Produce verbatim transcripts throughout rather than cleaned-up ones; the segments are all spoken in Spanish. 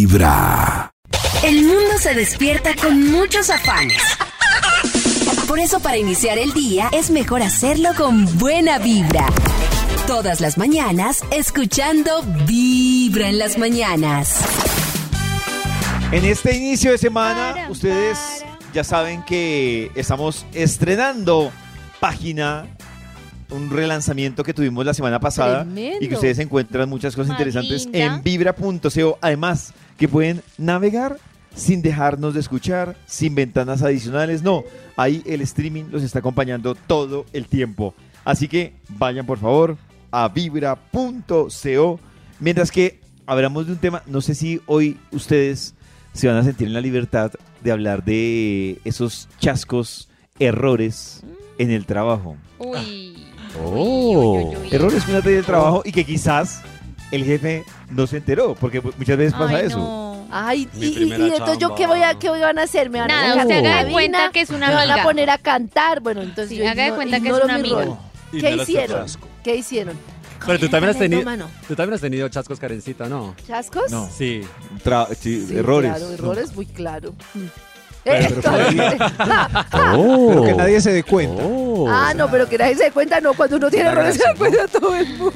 Vibra. El mundo se despierta con muchos afanes. Por eso, para iniciar el día, es mejor hacerlo con buena vibra. Todas las mañanas, escuchando Vibra en las mañanas. En este inicio de semana, ustedes ya saben que estamos estrenando página, un relanzamiento que tuvimos la semana pasada. Tremendo. Y que ustedes encuentran muchas cosas Más interesantes linda. en vibra punto co. Además, que pueden navegar sin dejarnos de escuchar, sin ventanas adicionales. No, ahí el streaming los está acompañando todo el tiempo. Así que vayan por favor a vibra punto co. Mientras que hablamos de un tema, no sé si hoy ustedes se van a sentir en la libertad de hablar de esos chascos, errores en el trabajo. Uy. Oh, Uy, uy, uy, uy. errores que uno tiene en el trabajo y que quizás el jefe no se enteró, porque muchas veces pasa Ay, eso. no. Ay, Mi y, y- primera y entonces yo chamba. qué voy a qué van a hacer, me van a Nada, sacar usted de haga la de cuenta cabina, que es una me van a amiga. poner a cantar, bueno, entonces Sí, yo haga de igno- cuenta que es ignoro una mi amiga. rol. Y ¿Qué no le hace hicieron? chasco. ¿Qué hicieron? Pero tú también has Con el tenido, mano. tú también has tenido chascos, Karencita, ¿no? ¿Chascos? No. Sí. Tra- sí, Sí, errores. Claro, errores, muy claro. Pero- pero Entonces, Pero que nadie se dé cuenta. ah, no, pero que nadie se dé cuenta, no, cuando uno tiene errores se da cuenta todo el mundo.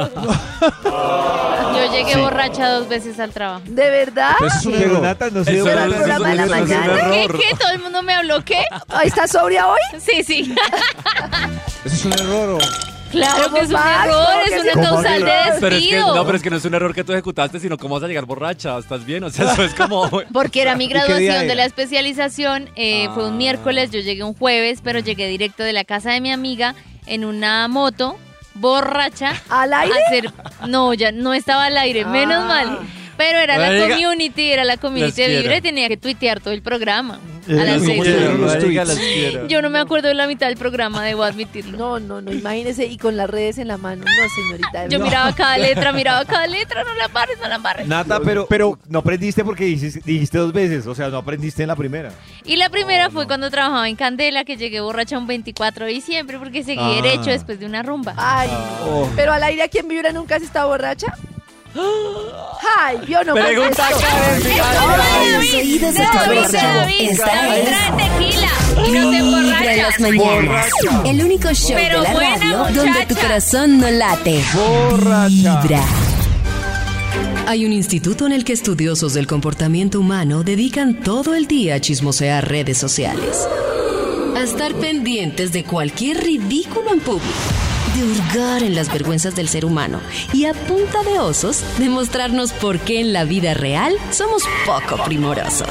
Yo llegué borracha dos veces al trabajo. ¿De verdad? Entonces es un Pero error. Nata no se Eso dio Pero el no- cuenta. programa de la eso no es un mañana. ¿Qué? error. ¿Qué? ¿Todo el mundo me habló qué? ¿Ahí está sobria hoy? Sí, sí. Eso es un error. Claro que es un Max? error, ¿Cómo es que una sí? causal de Pero es que, despido. no, pero es que no es un error que tú ejecutaste, sino cómo vas a llegar borracha. ¿Estás bien? O sea, eso es como... Porque era mi qué día graduación de era? la especialización, eh, fue un Ah. miércoles, yo llegué un jueves, pero llegué directo de la casa de mi amiga en una moto, borracha. ¿Al aire? a hacer- no, ya no estaba al aire, menos Ah. mal. Pero era la Oiga, community, era la community los de Vibra quiero. y tenía que tuitear todo el programa. Eh, A las los seis. quiero. los Oiga, tweets. los quiero. Yo no me acuerdo de la mitad del programa, debo admitirlo. No, no, no, imagínese, y con las redes en la mano. No, señorita. Yo no. miraba cada letra, miraba cada letra, no la barres, no la barres. Nata, pero, Pero- no aprendiste porque dijiste, dijiste dos veces, o sea, no aprendiste en la primera. Y la primera fue cuando trabajaba en Candela, que llegué borracha un veinticuatro de diciembre porque seguí Ah. derecho después de una rumba. Ay, Oh. pero al aire aquí en Vibra nunca has estado borracha. Ay, yo no Pregunta contesto. En los oídos de tu David, abuela. David, Esta David, es trae tequila y no te Vibra en las emborrachas. mañanas. El único show Pero de la buena, radio muchacha. donde tu corazón no late. Borracha. Vibra. Hay un instituto en el que estudiosos del comportamiento humano dedican todo el día a chismosear redes sociales, a estar pendientes de cualquier ridículo en público, de hurgar en las vergüenzas del ser humano y a punta de osos demostrarnos por qué en la vida real somos poco primorosos.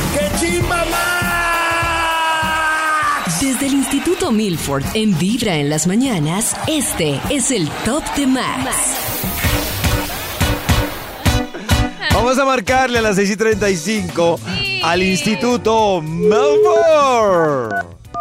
Desde el Instituto Milford en Vibra en las mañanas, este es el Top de Max. Vamos a marcarle a las seis y treinta y cinco Sí. al Instituto Melbourne.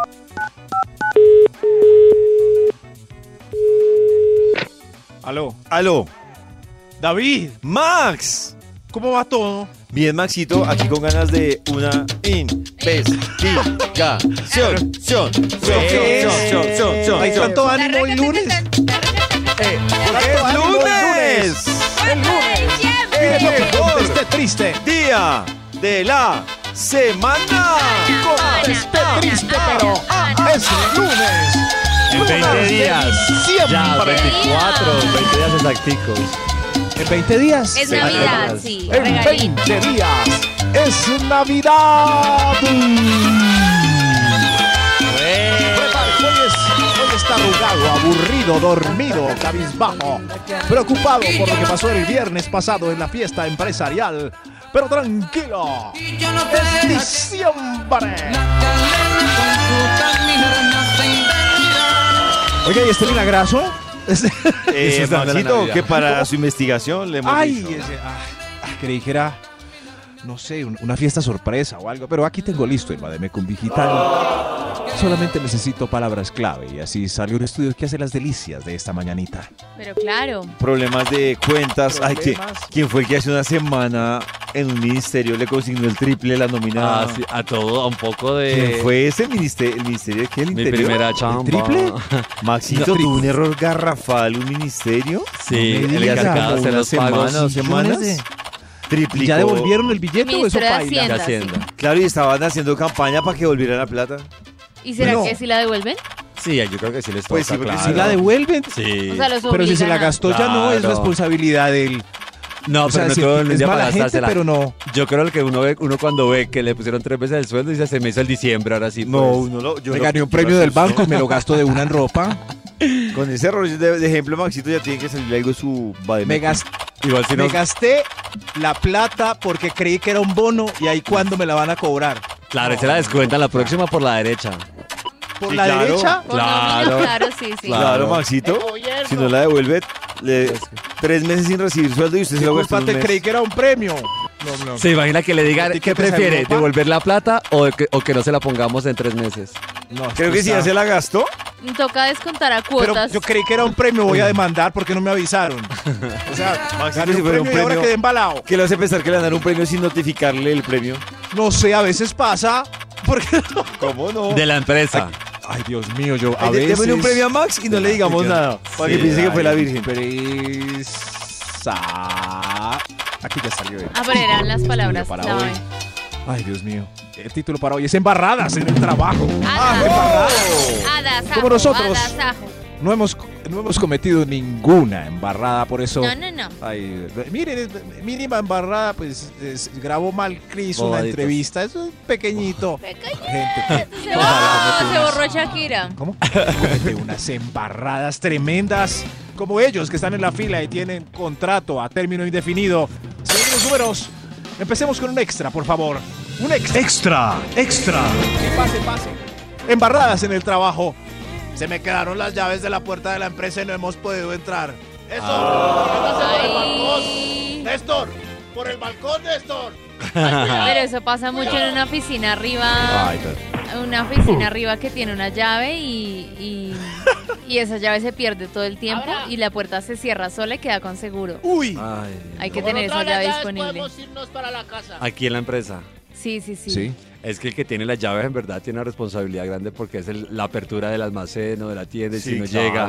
Aló. Aló, David, Max. ¿cómo va todo? Bien, Maxito, aquí con ganas de una investigación. Sion, sion, sion, sion, sion, sion. Hay tanto ánimo hoy lunes. Eh, porque es ánimo hoy lunes. El El mejor Contesté triste. día de la semana. Contesté triste, pero es lunes. En veinte días. Ya, Siempre. veinticuatro, veinte días exacticos. En veinte días. Es Sí, Navidad, regalos. sí, En regalito. veinte días. Es Navidad. Prepárese, Hoy, es- hoy está arrugado, aburrido, dormido, cabizbajo, preocupado por lo que pasó el viernes pasado en la fiesta empresarial. Pero tranquilo, es diciembre. Oye, ¿y este milagroso? Eh, Disfrutando la Maxito, Navidad. que para su investigación le hemos Ay, dicho. ese, ah, ah, creí que era, no sé, un- una fiesta sorpresa o algo, pero aquí tengo listo el Bademecum Digital. Solamente necesito palabras clave y así sale un estudio que hace las delicias de esta mañanita. Pero claro. Problemas de cuentas. Ay, ¿quién, Problemas. ¿quién fue que hace una semana en un ministerio le consignó el triple la nómina? Ah, sí, a todo, a un poco de... ¿Quién fue ese ministerio? ¿El ministerio de qué? ¿El Mi interior? primera chamba. triple? Maxito, No, ¿tuvo un error garrafal un ministerio? Sí, No me el digas, encargado de como hacer una los semana, pagos. dos semanas. triplicó. ¿Ya devolvieron el billete o eso Ministro de baila? Hacienda. Ya Hacienda. Claro, y estaban haciendo campaña para que volviera la plata. ¿Y será No. que si la devuelven? Sí, yo creo que sí les toca, Pues sí, porque claro. ¿Si la devuelven? Sí. O sea, los Pero si se la obligan a- gastó ya no es Claro. responsabilidad del... No, O pero sea, no si- todo el es día para mala gente, gastársela. pero no. Yo creo que uno ve, uno cuando ve que le pusieron tres veces el sueldo y dice, se me hizo el diciembre, ahora sí. No, pues. uno lo, yo Me lo- gané un yo premio lo del asusto. banco y me lo gasto de una en ropa. Con ese error de, de ejemplo, Maxito, ya tiene que salir algo de su Me, bademecum. gas- Igual si no... me gasté la plata porque creí que era un bono y ahí cuándo me la van a cobrar. Claro, se la descuentan la próxima por la derecha. ¿Por Sí, la claro. derecha? Por Claro. nómina, claro, sí, sí. Claro, Claro. Maxito. El gobierno. Si no la devuelve, le, tres meses sin recibir sueldo y usted se lo gastó en un Disculpa, te mes. creí que era un premio. No, no. ¿Se imagina que le digan qué ¿Etiquetas prefiere? en ropa? ¿Devolver la plata o que, o que no se la pongamos en tres meses? No, Creo esto que si ya está- se la gastó, Toca descontar a Pero cuotas. yo creí que era un premio, voy a demandar porque no me avisaron. O sea, Maxito, gané si un fuera un premio y ahora premio, quedé embalado. ¿qué le hace pensar que le dan un premio sin notificarle el premio? No sé, a veces pasa. Porque... ¿Cómo no? De la empresa. Ay, Dios mío, yo a Ay, dé- veces... démosle un premio a Max y no le digamos Ay, nada. Para que sí, piense que fue la Ay, Virgen. Presa. Aquí ya salió. Ah, pero eran las palabras Para clave. hoy. Ay, Dios mío. El título para hoy es Embarradas en el trabajo. Agasajo. Agasajo, Como nosotros. agasajo. No hemos, no hemos cometido ninguna embarrada, por eso... No, no, no. Ay, miren, es- mínima embarrada, pues es- grabó mal Chris una Bobaditos. entrevista. Eso es pequeñito. Pequeñito. Gente que Se, Ojalá borró, comete se unas- borró Shakira. ¿Cómo? Comete unas embarradas tremendas, como ellos que están en la fila y tienen contrato a término indefinido. Señores los números, empecemos con un extra, por favor. Un extra. Extra, extra. Que pase, pase. Embarradas en el trabajo. Se me quedaron las llaves de la puerta de la empresa y no hemos podido entrar. Ay. Néstor, por el balcón, Néstor. Pero eso pasa mucho en una oficina arriba. Una oficina arriba que tiene una llave y, y, y esa llave se pierde todo el tiempo y la puerta se cierra sola y queda con seguro. Uy. Ay, Hay que tener esa llave disponible. aquí en la empresa. Sí, sí, sí. Sí. Es que el que tiene las llaves en verdad tiene una responsabilidad grande porque es el- la apertura del almacén o de la tienda y si no llega.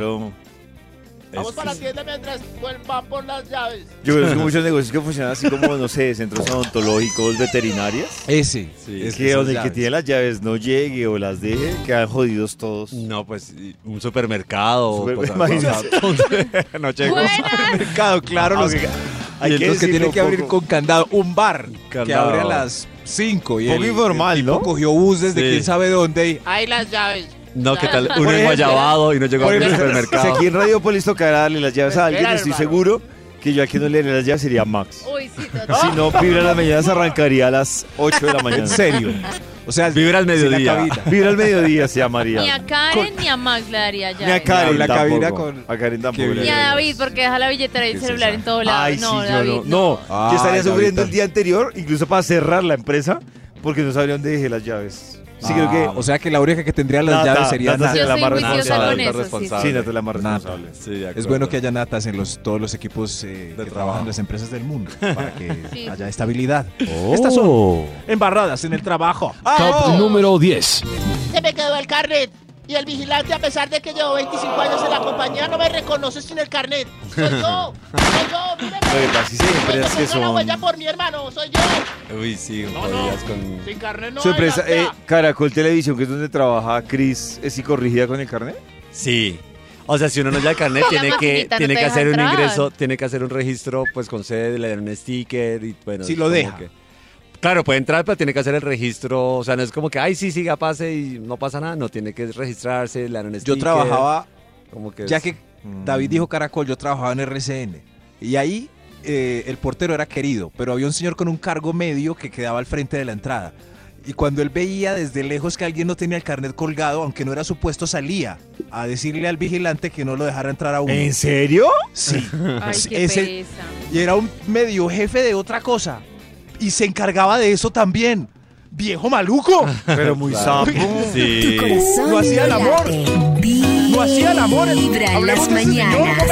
Vamos es- para la tienda mientras van por las llaves. Yo creo que muchos negocios que funcionan así como, no sé, centros odontológicos, veterinarias. Ese. Sí. Es que donde el que tiene las llaves no llegue o las deje, quedan jodidos todos. No, pues y un supermercado. Super- pues, imagínate. cosa- no llegó. Buenas. Mercado, claro. Los, Aunque hay hay que que los que tienen decirlo que abrir poco- con candado. Un bar que Candado. abre a las cinco. Y Poco el- informal, el tipo ¿no? cogió bus desde Sí. quién sabe dónde. Y, Ahí las llaves. No, ¿qué tal? Por Uno ejemplo, enguayabado y no llegó Por al ejemplo, supermercado. si aquí en Radiopolis tocara darle las llaves a alguien, Espera, estoy hermano. seguro que yo a quien no le daría las llaves sería Max. Uy, sí, total. Si no, Vibra en las mañanas arrancaría a las ocho de la mañana. en serio. O sea, Vibra al sin la mediodía. cabina. Vibra al mediodía se llamaría. Ni a Karen ni a Max le daría Ni a llave. Karen la tampoco. cabina con- A Karen tampoco. Qué le bien. Ni a daría. David porque deja la billetera y el ¿Qué es celular esa? en todo lado. Ay, no, sí, yo David, no. No, Ay, yo estaría David, sufriendo el también. día anterior, incluso para cerrar la empresa, porque no sabría dónde dejé las llaves. Sí, Ah, creo que. O sea que la única que tendría las Nata, llaves sería Nata Nata. Yo la soy más juiciosa responsable. con eso, sí, responsable. Sí, Nata es la más Nata. responsable. Sí, de Es acuerdo. bueno que haya natas en los, todos los equipos eh, que trabajan en las empresas del mundo para que Sí. haya estabilidad. Oh. Estas son embarradas en el trabajo. Top número diez. Se me quedó el carnet. Y el vigilante, a pesar de que llevo veinticinco años en la compañía, no me reconoce sin el carnet. Soy yo. Soy yo. Míreme. Lo que pasa es que hay empresas que Ponga la son. huella por mi hermano. Soy yo. Uy, sí, No, podrías no. con... Sin carnet no Su hay, empresa, ya. eh, Caracol Televisión, que es donde trabaja Chris, ¿es psicorrígida con el carnet? Sí. O sea, si uno no lleva el carnet, tiene que, maquinita no tiene te que deja hacer un entrar. ingreso, tiene que hacer un registro, pues con sede, le dan un sticker y bueno. Si es lo como deja. que- claro, puede entrar, pero tiene que hacer el registro. O sea, no es como que, ay, sí, siga, pase y no pasa nada. No, tiene que registrarse, le dan un sticker. Yo trabajaba, Como que ya es- que David dijo Caracol, yo trabajaba en R C N. Y ahí eh, el portero era querido, pero había un señor con un cargo medio que quedaba al frente de la entrada. Y cuando él veía desde lejos que alguien no tenía el carnet colgado, aunque no era su puesto, salía a decirle al vigilante que no lo dejara entrar a uno. ¿En serio? Sí. Ay, Sí, qué ese- pereza. Y era un medio jefe de otra cosa. Y se encargaba de eso también. ¡Viejo maluco! Pero muy Claro. sapo. Sí. Tu corazón No hacía el amor. late, No hacía el amor. vibra en Hablemos las de ese señor un mañanas. momento.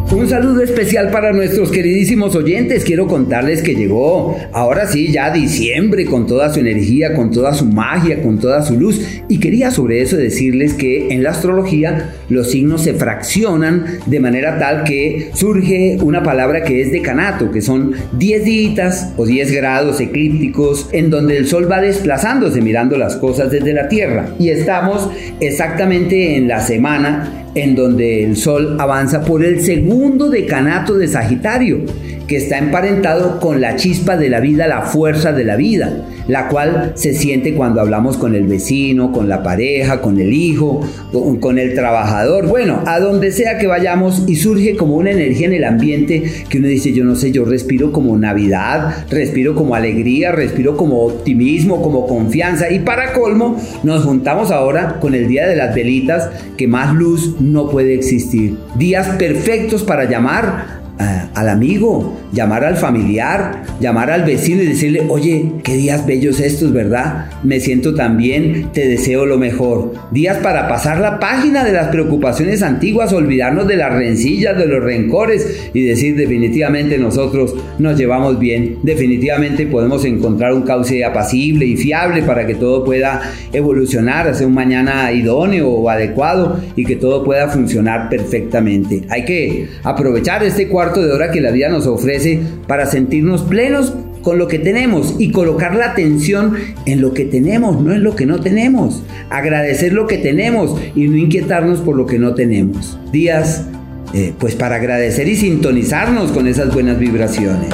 Un saludo especial para nuestros queridísimos oyentes. Quiero contarles que llegó, ahora sí, ya diciembre con toda su energía, con toda su magia, con toda su luz. Y quería sobre eso decirles que en la astrología los signos se fraccionan de manera tal que surge una palabra que es decanato, que son diez días o diez grados eclípticos en donde el sol va desplazándose mirando las cosas desde la Tierra. Y estamos exactamente en la semana en donde el Sol avanza por el segundo decanato de Sagitario, que está emparentado con la chispa de la vida, la fuerza de la vida, la cual se siente cuando hablamos con el vecino, con la pareja, con el hijo, con, con el trabajador, bueno, a donde sea que vayamos, y surge como una energía en el ambiente que uno dice, yo no sé, yo respiro como Navidad, respiro como alegría, respiro como optimismo, como confianza, y para colmo nos juntamos ahora con el día de las velitas, que más luz no puede existir. Días perfectos para llamar Uh, al amigo, llamar al familiar, llamar al vecino y decirle, oye, qué días bellos estos, ¿verdad? Me siento tan bien, te deseo lo mejor. Días para pasar la página de las preocupaciones antiguas, olvidarnos de las rencillas, de los rencores y decir, definitivamente nosotros nos llevamos bien, definitivamente podemos encontrar un cauce apacible y fiable para que todo pueda evolucionar hacia un mañana idóneo o adecuado y que todo pueda funcionar perfectamente. Hay que aprovechar este cuarto de hora que la vida nos ofrece para sentirnos plenos con lo que tenemos y colocar la atención en lo que tenemos, no en lo que no tenemos. Agradecer lo que tenemos y no inquietarnos por lo que no tenemos. Días, eh, pues para agradecer y sintonizarnos con esas buenas vibraciones.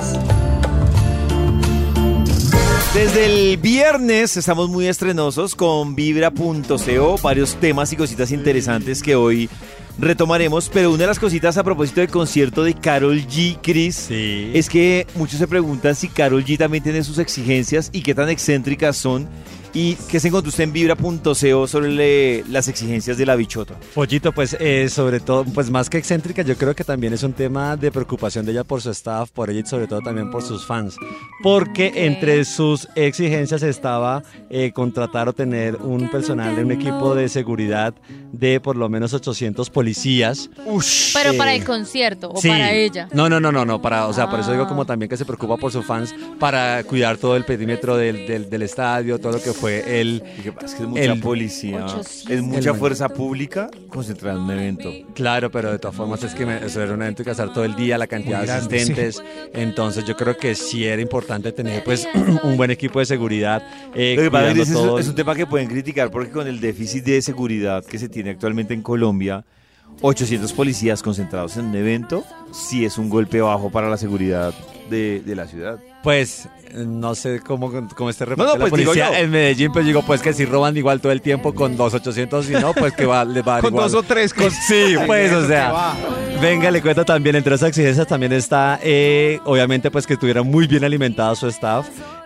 Desde el viernes estamos muy estrenosos con Vibra punto co, varios temas y cositas interesantes que hoy retomaremos, pero una de las cositas a propósito del concierto de Karol G, Chris, sí. es que muchos se preguntan si Karol G también tiene sus exigencias y qué tan excéntricas son. ¿Y qué se encontró usted en Vibra punto co sobre le, las exigencias de la bichota? Pollito, pues eh, sobre todo, pues más que excéntrica, yo creo que también es un tema de preocupación de ella por su staff, por ella y sobre todo también por sus fans. Porque entre sus exigencias estaba eh, contratar o tener un personal de un equipo de seguridad de por lo menos ochocientos policías. Ush, Pero eh, para el concierto o sí. para ella. No, no, no, no, no, para, o sea, por eso digo Ah. como también que se preocupa por sus fans para cuidar todo el perímetro del, del, del estadio, todo lo que fue el... Lo que pasa es que es mucha el- policía, ochocientos. es mucha El- fuerza pública concentrada en un evento. Claro, pero de todas formas es que me- eso era un evento que hacer todo el día, la cantidad Muy de grande, asistentes, entonces yo creo que sí era importante tener pues un buen equipo de seguridad. eh, Lo que pasa cuidando es que todo es, el- es un tema que pueden criticar porque con el déficit de seguridad que se tiene actualmente en Colombia, ochocientos policías concentrados en un evento, sí es un golpe bajo para la seguridad de, de la ciudad. Pues no sé cómo, cómo esté No, repartida no, pues la digo policía yo. en Medellín, pues digo, pues que si roban igual todo el tiempo con dos ochocientos y no, pues que va, les va a dar Con igual. dos o tres. Con- sí, pues, o que sea, va. venga, le cuento también, entre esas exigencias también está, eh, obviamente, pues que estuviera muy bien alimentado su staff,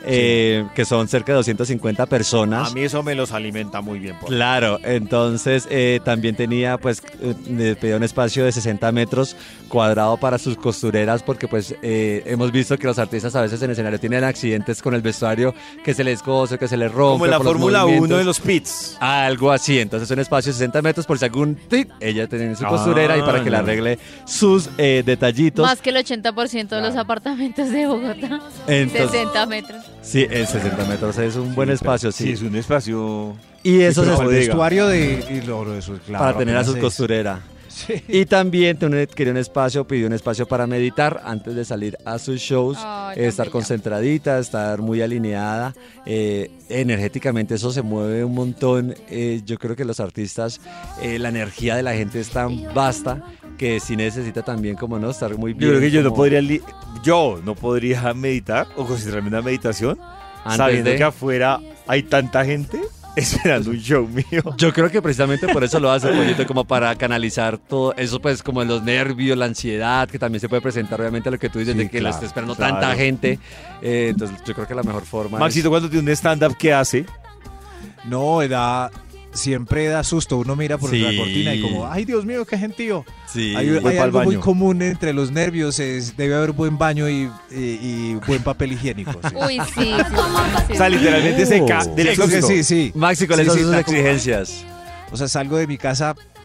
eh, que son cerca de doscientas cincuenta personas. A mí eso me los alimenta muy bien. Por Claro, entonces eh, también tenía, pues, eh, le pedía un espacio de sesenta metros cuadrado para sus costureras, porque pues eh, hemos visto que los artistas a veces en escenario tienen accidentes con el vestuario, que se les cose, que se les rompe. Como en la por los Fórmula uno movimientos. de los pits. Algo así, entonces un espacio de sesenta metros por si algún tit, ella tiene su costurera Ah, y para que le no. arregle sus eh, detallitos. Más que el ochenta por ciento de los apartamentos de Bogotá. Entonces, sesenta metros. sí, en sesenta metros es un buen espacio, sí. Sí, es un espacio. Y eso Pero es el bodega. vestuario de y lo, lo- eso, claro, para tener a su apenas es- costurera. Sí. Y también tiene- quería un espacio, pidió un espacio para meditar antes de salir a sus shows, Ay, eh, tan estar bella. concentradita, estar muy alineada, eh, energéticamente eso se mueve un montón. eh, yo creo que los artistas, eh, la energía de la gente es tan vasta que sí necesita también como no estar muy Yo bien. creo que yo no como podría li- yo no podría meditar o concentrarme en una meditación antes sabiendo de- que afuera hay tanta gente esperando un show mío. Yo creo que precisamente por eso lo hace Pollito, como para canalizar todo eso, pues como los nervios, la ansiedad, que también se puede presentar obviamente a lo que tú dices Sí, de que lo claro, esté esperando claro. tanta gente. eh, entonces yo creo que la mejor forma Maxito, es... cuando tiene un stand-up, ¿qué hace? No, da, siempre da susto. Uno mira por Sí. la cortina y como, ay Dios mío, qué gentío. Sí. Hay, voy hay pa'l algo muy baño. común entre los nervios, es, debe haber buen baño y, y- y buen papel higiénico. sí. Uy, sí, sí, sí. O sea, literalmente se cae Sí, del creo que susto. sí, sí. Maxi, ¿cuáles Sí, son sí, sus está como- exigencias? O sea, salgo de mi casa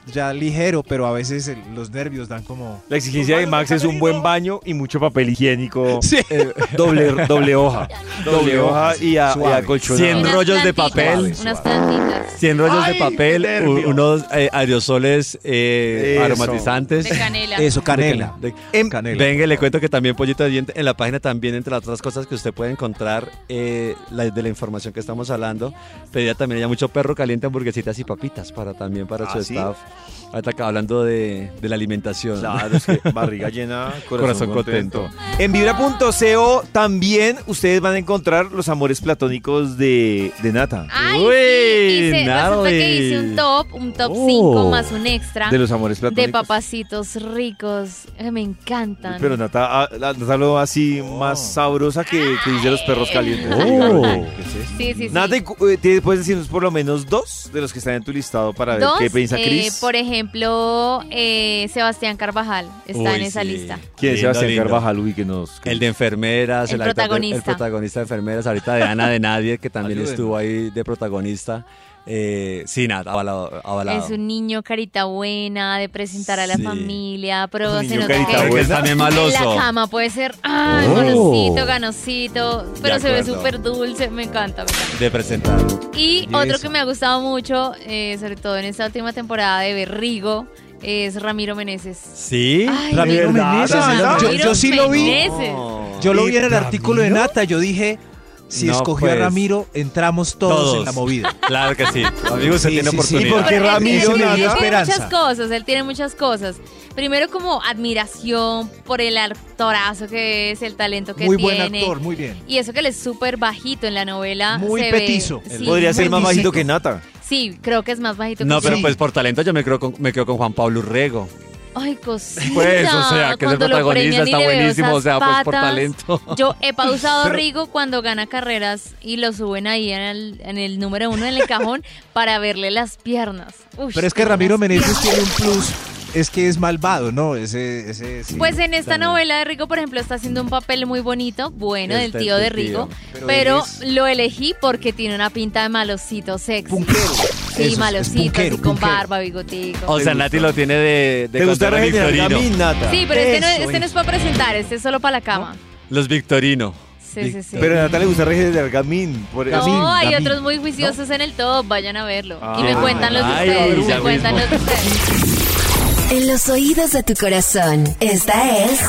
ya ligero, pero a veces el- los nervios dan como... La exigencia de Max es un buen baño y mucho papel higiénico. Sí. eh, doble, doble hoja. Doble hoja y a, y Suave. acolchonado. cien Unas rollos de plantitas, papel. Unas plantitas cien rollos Ay, de papel, qué u- nervio. unos eh, aerosoles eh, Eso. aromatizantes. de canela. Eso, canela. De- Em, Canela. Venga, le cuento que también Pollito de Diente, en la página también, entre las otras cosas que usted puede encontrar eh, la- de la información que estamos hablando, pedía también ella mucho perro caliente, hamburguesitas y papitas para también para ¿Ah, su sí? staff. Ahorita acá hablando de, de la alimentación. Claro, es que barriga llena, corazón, Corazón contento. contento. En vibra punto co también ustedes van a encontrar los amores platónicos de, de Nata. Ay, Uy, sí, hice, resulta que Natalie. hice un top, un top Oh. cinco más un extra De los amores de platónicos. papacitos ricos, que me encantan. Pero Nata, ah, la- Nata habló así más sabrosa que, que dice los perros calientes. Oh. ¿Qué es eso? Sí, sí, sí. Nata, y cu- eh, ¿tienes- ¿puedes decirnos por lo menos dos de los que están en tu listado para ver Dos, qué piensa eh, Cris? por ejemplo, eh, Sebastián Carvajal está Uy, en esa sí. lista. ¿Quién es Lindo, Sebastián lindo. Carvajal? Uy, que nos... que- El de enfermeras, El actor de- protagonista. el protagonista de enfermeras, ahorita de Ana de Nadie, que también Ayúdenme. estuvo ahí de protagonista. Eh, sí, nada, avalado. avalado. Es un niño carita buena, de presentar a la Sí. familia, pero Un se niño nota carita que Creo que es también en la maloso. cama puede ser, ay, Oh. monosito, ganosito, pero De se ve acuerdo. súper dulce, me encanta, me encanta. De presentar. Y Y otro eso. que me ha gustado mucho, eh, sobre todo en esta última temporada de Berrigo, es Ramiro Meneses. ¿Sí? Ay, Ramiro ¿verdad? Meneses, ¿Verdad? yo, Ramiro yo sí lo vi. Meneses. Yo lo ¿Y vi en el artículo de Ramiro? Nata, yo dije, si No, escogió pues. a Ramiro, entramos todos, Todos. en la movida. Claro que sí. Amigo, usted Sí, tiene sí, sí. oportunidad. ¿Y por qué Porque Ramiro, él, él Nata? tiene Esperanza. muchas cosas, él tiene muchas cosas. Primero como admiración por el actorazo que es, el talento que Muy tiene. buen actor, muy bien. Y eso que él es súper bajito en la novela. Muy se petizo. Ve, Él sí, Podría ser muy más bajito seco. que Nata. Sí, creo que es más bajito No, que pero Sí. pues por talento yo me quedo con, me quedo con Juan Pablo Urrego. Ay, cosita. Pues, o sea, que es el Cuando lo protagonista, premian y está le veo buenísimo, esas o sea, pues por patas. talento. Yo he pausado Pero- Rigo cuando gana carreras y lo suben ahí en el, en el número uno en el cajón para verle las piernas. Ush, Pero es que tiene Ramiro unas Meneses piernas. tiene un plus, es que es malvado, ¿no? Ese, ese sí, Pues en esta también. novela de Rigo, por ejemplo, está haciendo un papel muy bonito, bueno, Es del del tío de tío. Rigo, Pero pero, él es- lo elegí porque tiene una pinta de malocito sexy. Punkero. Sí, Eso es, malocito, es punkero, así con punkero. barba, bigotico. O sea, Nati lo tiene de, de ¿Te gusta contar a regenerar Victorino. Gamín, Nata? Sí, pero este no, Eso, este no es para presentar, este es solo para la cama. Los Victorino. Sí, sí, sí. Pero a Nata le gusta regenerar Gamín. Por No, Gamín, hay Gamín. otros muy juiciosos en el top, vayan a verlo. y me Ah, cuentan los de ay, ustedes, ya me cuentan mismo. los de ustedes. En los oídos de tu corazón, esta es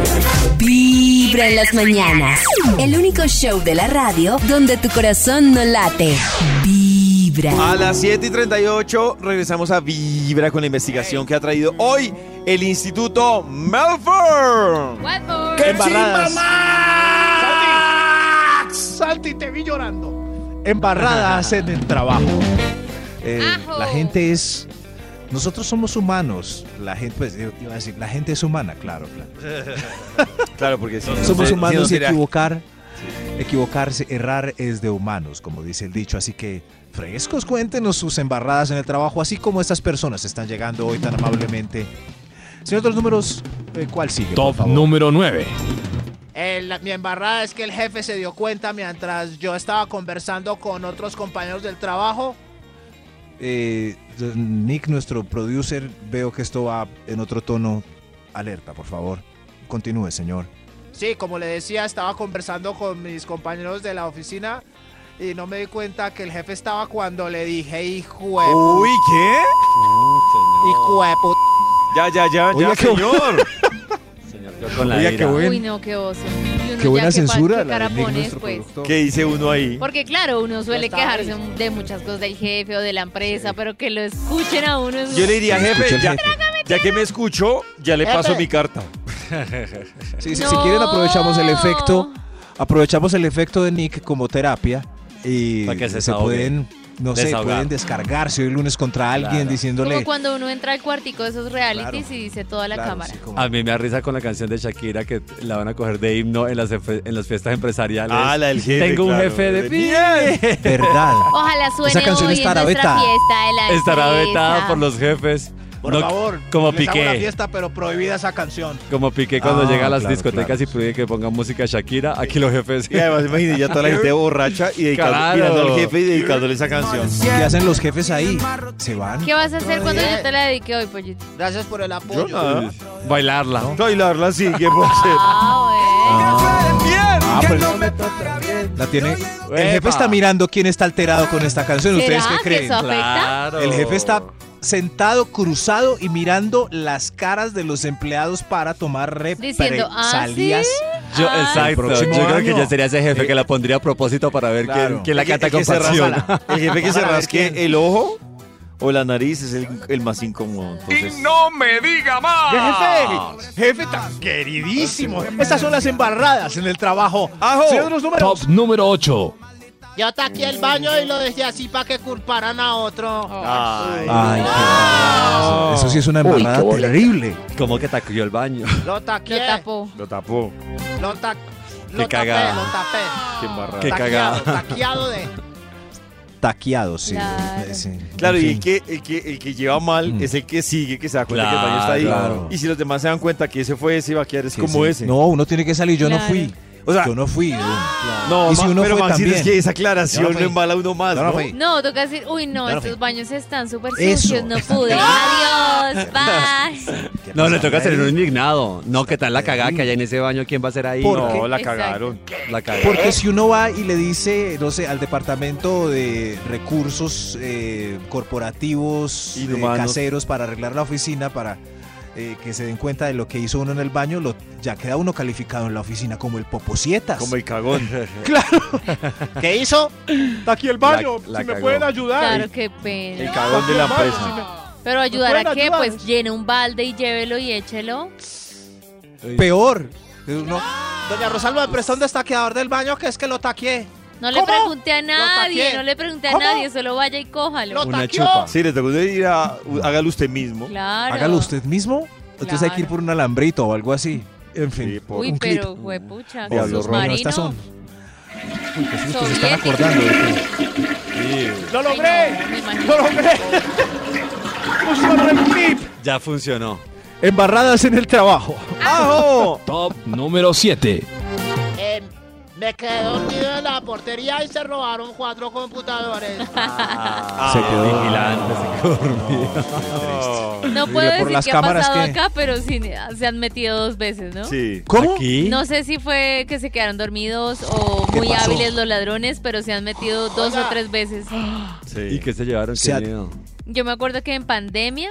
Vibra en las mañanas. El único show de la radio donde tu corazón no late. Vibra. A las siete y treinta y ocho regresamos a Vibra con la investigación que ha traído hoy el Instituto Melford. What more? Embarradas. Santi, Santi, te vi llorando. Embarradas en el trabajo. Eh, Ajo. la gente es... Nosotros somos humanos. La gente, pues, yo iba a decir, la gente es humana, claro, claro. Claro, porque si no Somos se- humanos si y no sería- equivocar, equivocarse, errar es de humanos, como dice el dicho. Así que, frescos, cuéntenos sus embarradas en el trabajo, así como estas personas están llegando hoy tan amablemente. Señor de los números, eh, ¿cuál sigue? por Top favor? número nueve. Eh, la- mi embarrada es que el jefe se dio cuenta mientras yo estaba conversando con otros compañeros del trabajo. Eh, Nick, nuestro producer, veo que esto va en otro tono. Alerta, por favor. Continúe, señor. Sí, como le decía, estaba conversando con mis compañeros de la oficina y no me di cuenta que el jefe estaba cuando le dije, hijo de pu- Uy, ¿qué? hijo de pu-". Ya, ya, ya, Oiga, ya, qué- señor. Señor, yo con la Oiga, ira. qué bueno. Uy, no, qué oso. Y uno Qué buena ya, ¿qué pa- censura qué la cara de Nick, pone nuestro después? productor. ¿Qué dice uno ahí? Porque claro, uno suele estaba quejarse ahí. de muchas cosas del jefe o de la empresa, pero que lo escuchen a uno es Yo le diría, Escucha jefe, el ya, jefe. ya que me escuchó, ya le paso Jefe. mi carta. Sí, sí, Si No. quieren aprovechamos el efecto, aprovechamos el efecto de Nick como terapia y Para que se se desahogue. pueden, no sé, Desahogar. pueden descargarse hoy lunes contra alguien Claro. diciéndole. como cuando uno entra al cuartico de esos realities Claro. y dice toda la Claro, cámara. sí, como- A mí me da risa con la canción de Shakira que la van a coger de himno en las, efe- en las fiestas empresariales. Ah, la del jefe, Tengo un claro, jefe de de pie. Verdad. Ojalá suene Esa canción hoy estará en nuestra vetada. fiesta de la Estará empresa. vetada por los jefes. Por No, favor, como les hago Piqué. la fiesta, pero prohibida esa canción. Como Piqué cuando Ah, llega a las claro, discotecas claro. y pide que pongan música Shakira, aquí los jefes. Y además, imagínate, ya toda la gente borracha y dedicando, Claro. mirando al jefe y dedicándole esa canción. ¿Qué hacen los jefes ahí? Se van. ¿Qué vas a hacer cuando bien. yo te la dedique hoy, pollito? Gracias por el Yo apoyo. nada. Bailarla. Bailarla sí, ¿qué puedo hacer? Ah, Ah, pues la tiene. El jefe está mirando quién está alterado con esta canción. bueno. ¿Ustedes ¿Será qué que creen? eso afecta? Claro. El jefe está sentado, cruzado y mirando las caras de los empleados para tomar Diciendo, ah, represalias. ¿sí? Yo, Ah. exacto. El próximo Yo creo que año. yo sería ese jefe que la pondría a propósito para ver Claro. quién, quién la El que- canta el con que se pasión. rasca- El jefe que se Para ver rasque quién. el ojo o la nariz es el, el más incómodo. Entonces, Jefe, jefe tan queridísimo. Estas son las embarradas en el trabajo. ¡Ajo! Señor de los números. Top número ocho. Yo taqué el baño y lo dejé así para que culparan a otro. Ay. Ay, qué embarrada. Eso sí es una embarrada terrible. Como que taquilló el baño. Lo taqué. Lo tapó. Lo tapó. Lo, ta Qué lo tapé, cagada. lo tapé. Qué embarrada. Qué Taqueado, cagada. taqueado de... Taqueado, sí. Claro. Sí. Claro, En y fin. el que, el, que, el que lleva mal Mm. es el que sigue, que se da cuenta que el baño está ahí. Claro. Y si los demás se dan cuenta que ese fue ese, va a quedar es Sí, como sí. ese. No, uno tiene que salir. Yo no Claro. fui. O sea, yo no fui. no, Y si ma- uno pero fue Maxito, es también. que esa aclaración Yo no no fui. embala a uno más, Yo ¿no? no fui. No, toca decir, uy, no, Ya no estos fui. baños están súper Eso. sucios, no pude. Adiós, bye. No, le toca ser un indignado. No, que tal la cagada que hay en ese baño, ¿quién va a ser ahí? ¿Por No, qué? la Exacto. cagaron. la cagada. Porque si uno va y le dice, no sé, al departamento de recursos eh, corporativos, eh, Inhumanos. caseros para arreglar la oficina, para eh, que se den cuenta de lo que hizo uno en el baño, lo, ya queda uno calificado en la oficina como el poposietas. Como el cagón. ¿Qué hizo? Está aquí el baño, La- la si me cagó. pueden ayudar. Claro, qué El pena. cagón de la empresa. Pero ayudar a pueden qué, ayudar? pues llene un balde y llévelo y échelo. Peor. Uno- Doña Rosalba, ¿me prestó un destaqueador del baño que es que lo taqué? No le ¿Cómo? pregunte a nadie, taqué. no le pregunte a ¿Cómo? nadie, solo vaya y cójalo. Lo Una taqueó. chupa. Sí, le tocó ir a... Hágalo usted mismo. Claro. Hágalo usted mismo. Entonces hay que ir Claro. por un alambrito o algo así. En fin. Sí, por- Uy, un clip. pero fue pucha, Diablo rojo. Bueno, estas submarino. son. Uy, qué susto, se están Soviético. acordando de que- ¡Lo Ay, logré! no, me imagino. ¡Lo logré! ¡Funcionó el clip! Ya funcionó. Embarradas en el trabajo. ¡Ajo! Top número siete. Eh, me quedé dormido en la portería y se robaron cuatro computadores. Ah, Se quedó vigilante, se quedó dormido. Oh. No Y puedo de por decir las qué ha cámaras pasado que- acá, pero sí se han metido dos veces, ¿no? Sí. ¿Cómo? Aquí. No sé si fue que se quedaron dormidos o ¿Qué muy pasó? hábiles los ladrones, pero se han metido dos Oiga. o tres veces. Sí. ¿Y qué se llevaron? Se Qué ha- miedo. Yo me acuerdo que en pandemia,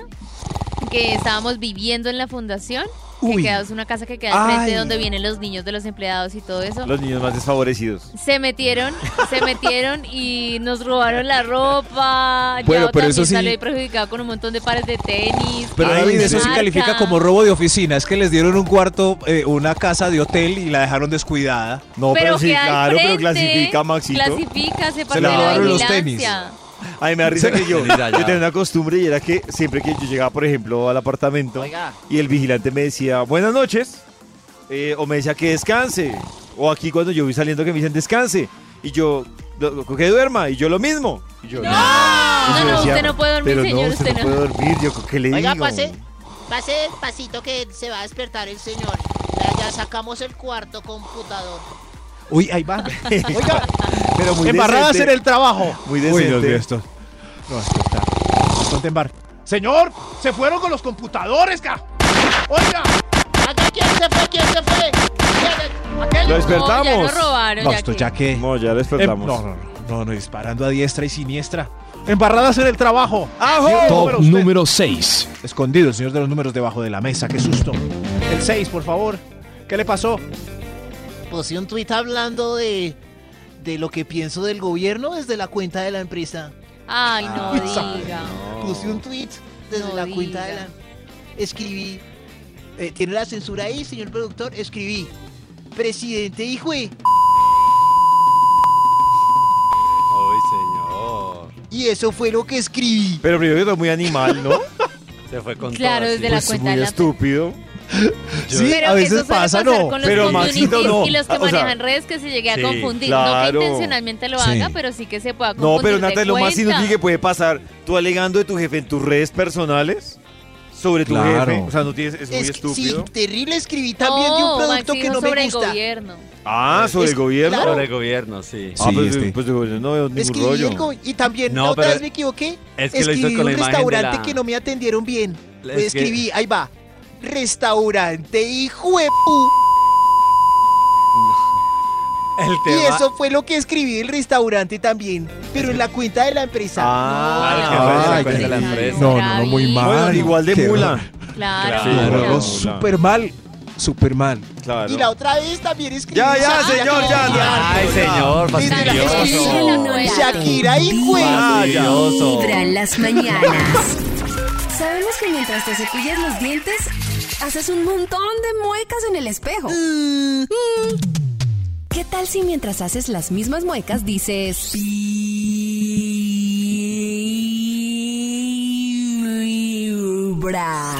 que estábamos viviendo en la fundación, que Uy. queda, es una casa que queda al frente Ay. donde vienen los niños de los empleados y todo eso. Los niños más desfavorecidos. Se metieron, se metieron y nos robaron la ropa. Bueno, Yao pero también eso sí- salió ahí perjudicado con un montón de pares de tenis. Pero Ay, David, ¿en eso sí serio? califica como robo de oficina. Es que les dieron un cuarto, eh, una casa de hotel y la dejaron descuidada. No, pero, sí, queda al claro, pero frente, clasifica, Maxito. Clasifica, se parte le de la robaron los vigilancia. A mí me da risa que yo, Feliz allá. yo tenía una costumbre y era que siempre que yo llegaba, por ejemplo, al apartamento Oiga. y el vigilante me decía, buenas noches, eh, o me decía que descanse, o aquí cuando yo voy saliendo que me dicen descanse, y yo, "Lo- que duerma, y yo lo mismo. Y yo, No, Y no, yo no, decía, usted no puede dormir, pero señor, no, usted, usted no no. puede dormir, yo, ¿qué le Oiga, digo? pase, pase despacito que se va a despertar el señor. Ya, ya sacamos el cuarto computador. Uy, ahí va. Oiga, Pero muy embarradas decente, en el trabajo. Muy Uy, Dios decente. mío, esto. No, esto está. Ponte en bar. Señor, se fueron con los computadores, ca. Oiga. Acá, ¿quién se fue? ¿Quién se fue? ¿Quién? ¿Aquel? Lo No, ya despertamos. lo robaron. No, ya esto que- ya que. No, ya lo Em, despertamos. no, no, no, no, no, disparando a diestra y siniestra. Embarradas en el trabajo. Top número seis. Escondido el señor de los números debajo de la mesa, qué susto. El seis, por favor. ¿Qué le pasó? Puse un tuit hablando de, de lo que pienso del gobierno desde la cuenta de la empresa. Ay, no diga. Puse un tweet desde No la diga. cuenta de la... Escribí... eh, ¿Tiene la censura ahí, señor productor? Escribí... Presidente hijo de... Ay, señor. Y eso fue lo que escribí. Pero primero que todo muy animal, ¿no? Se fue con Claro, todo, desde sí. la Pues cuenta muy de la estúpido. Sí, Pero a que veces eso suele pasa, pasar ¿no? con los Pero, community Maxito, no. y los que O sea, manejan redes que se llegue a sí, confundir. claro. No que intencionalmente lo Sí. haga, pero sí que se pueda No, confundir. pero de Nata, es lo más cuenta. inútil que puede pasar. Tú alegando de tu jefe en tus redes personales. sobre tu Claro. jefe. O sea, no tienes, es muy Es que estúpido. sí, terrible escribí también de un No, producto Max que dijo no me sobre gusta. el gobierno. Ah, sobre Es- el gobierno. claro. Sobre el gobierno, sí. Ah, Sí, pues, este. pues de gobierno no veo ningún Escribí rollo. el go- y también, No, la otra pero vez me equivoqué. es que lo hizo escribí con la un imagen de restaurante la- que no me atendieron bien. Es que- Escribí, ahí va. Restaurante, hijo de pu. El Y tema... eso fue lo que escribí del restaurante también. Pero en la cuenta de la empresa. Ah, Claro, Ah, que fue ya, la cuenta de la ya. empresa. No, no, no, muy mal. bueno, igual de Qué mula. horror. Claro. Sí, Claro. no, no, Mula. súper mal. Súper mal. Claro. Y la otra vez también escribí. Ya, ya, Shakira, señor, que ya, no- ya. Ay, señor, Desde la- fastidioso. escribí Shakira, hijo de- Ah, ya. Fastidioso. Vibra en las mañanas. Sabemos que mientras te cepillas los dientes, haces un montón de muecas en el espejo. Mm. ¿Qué tal si mientras haces las mismas muecas dices... Vibra?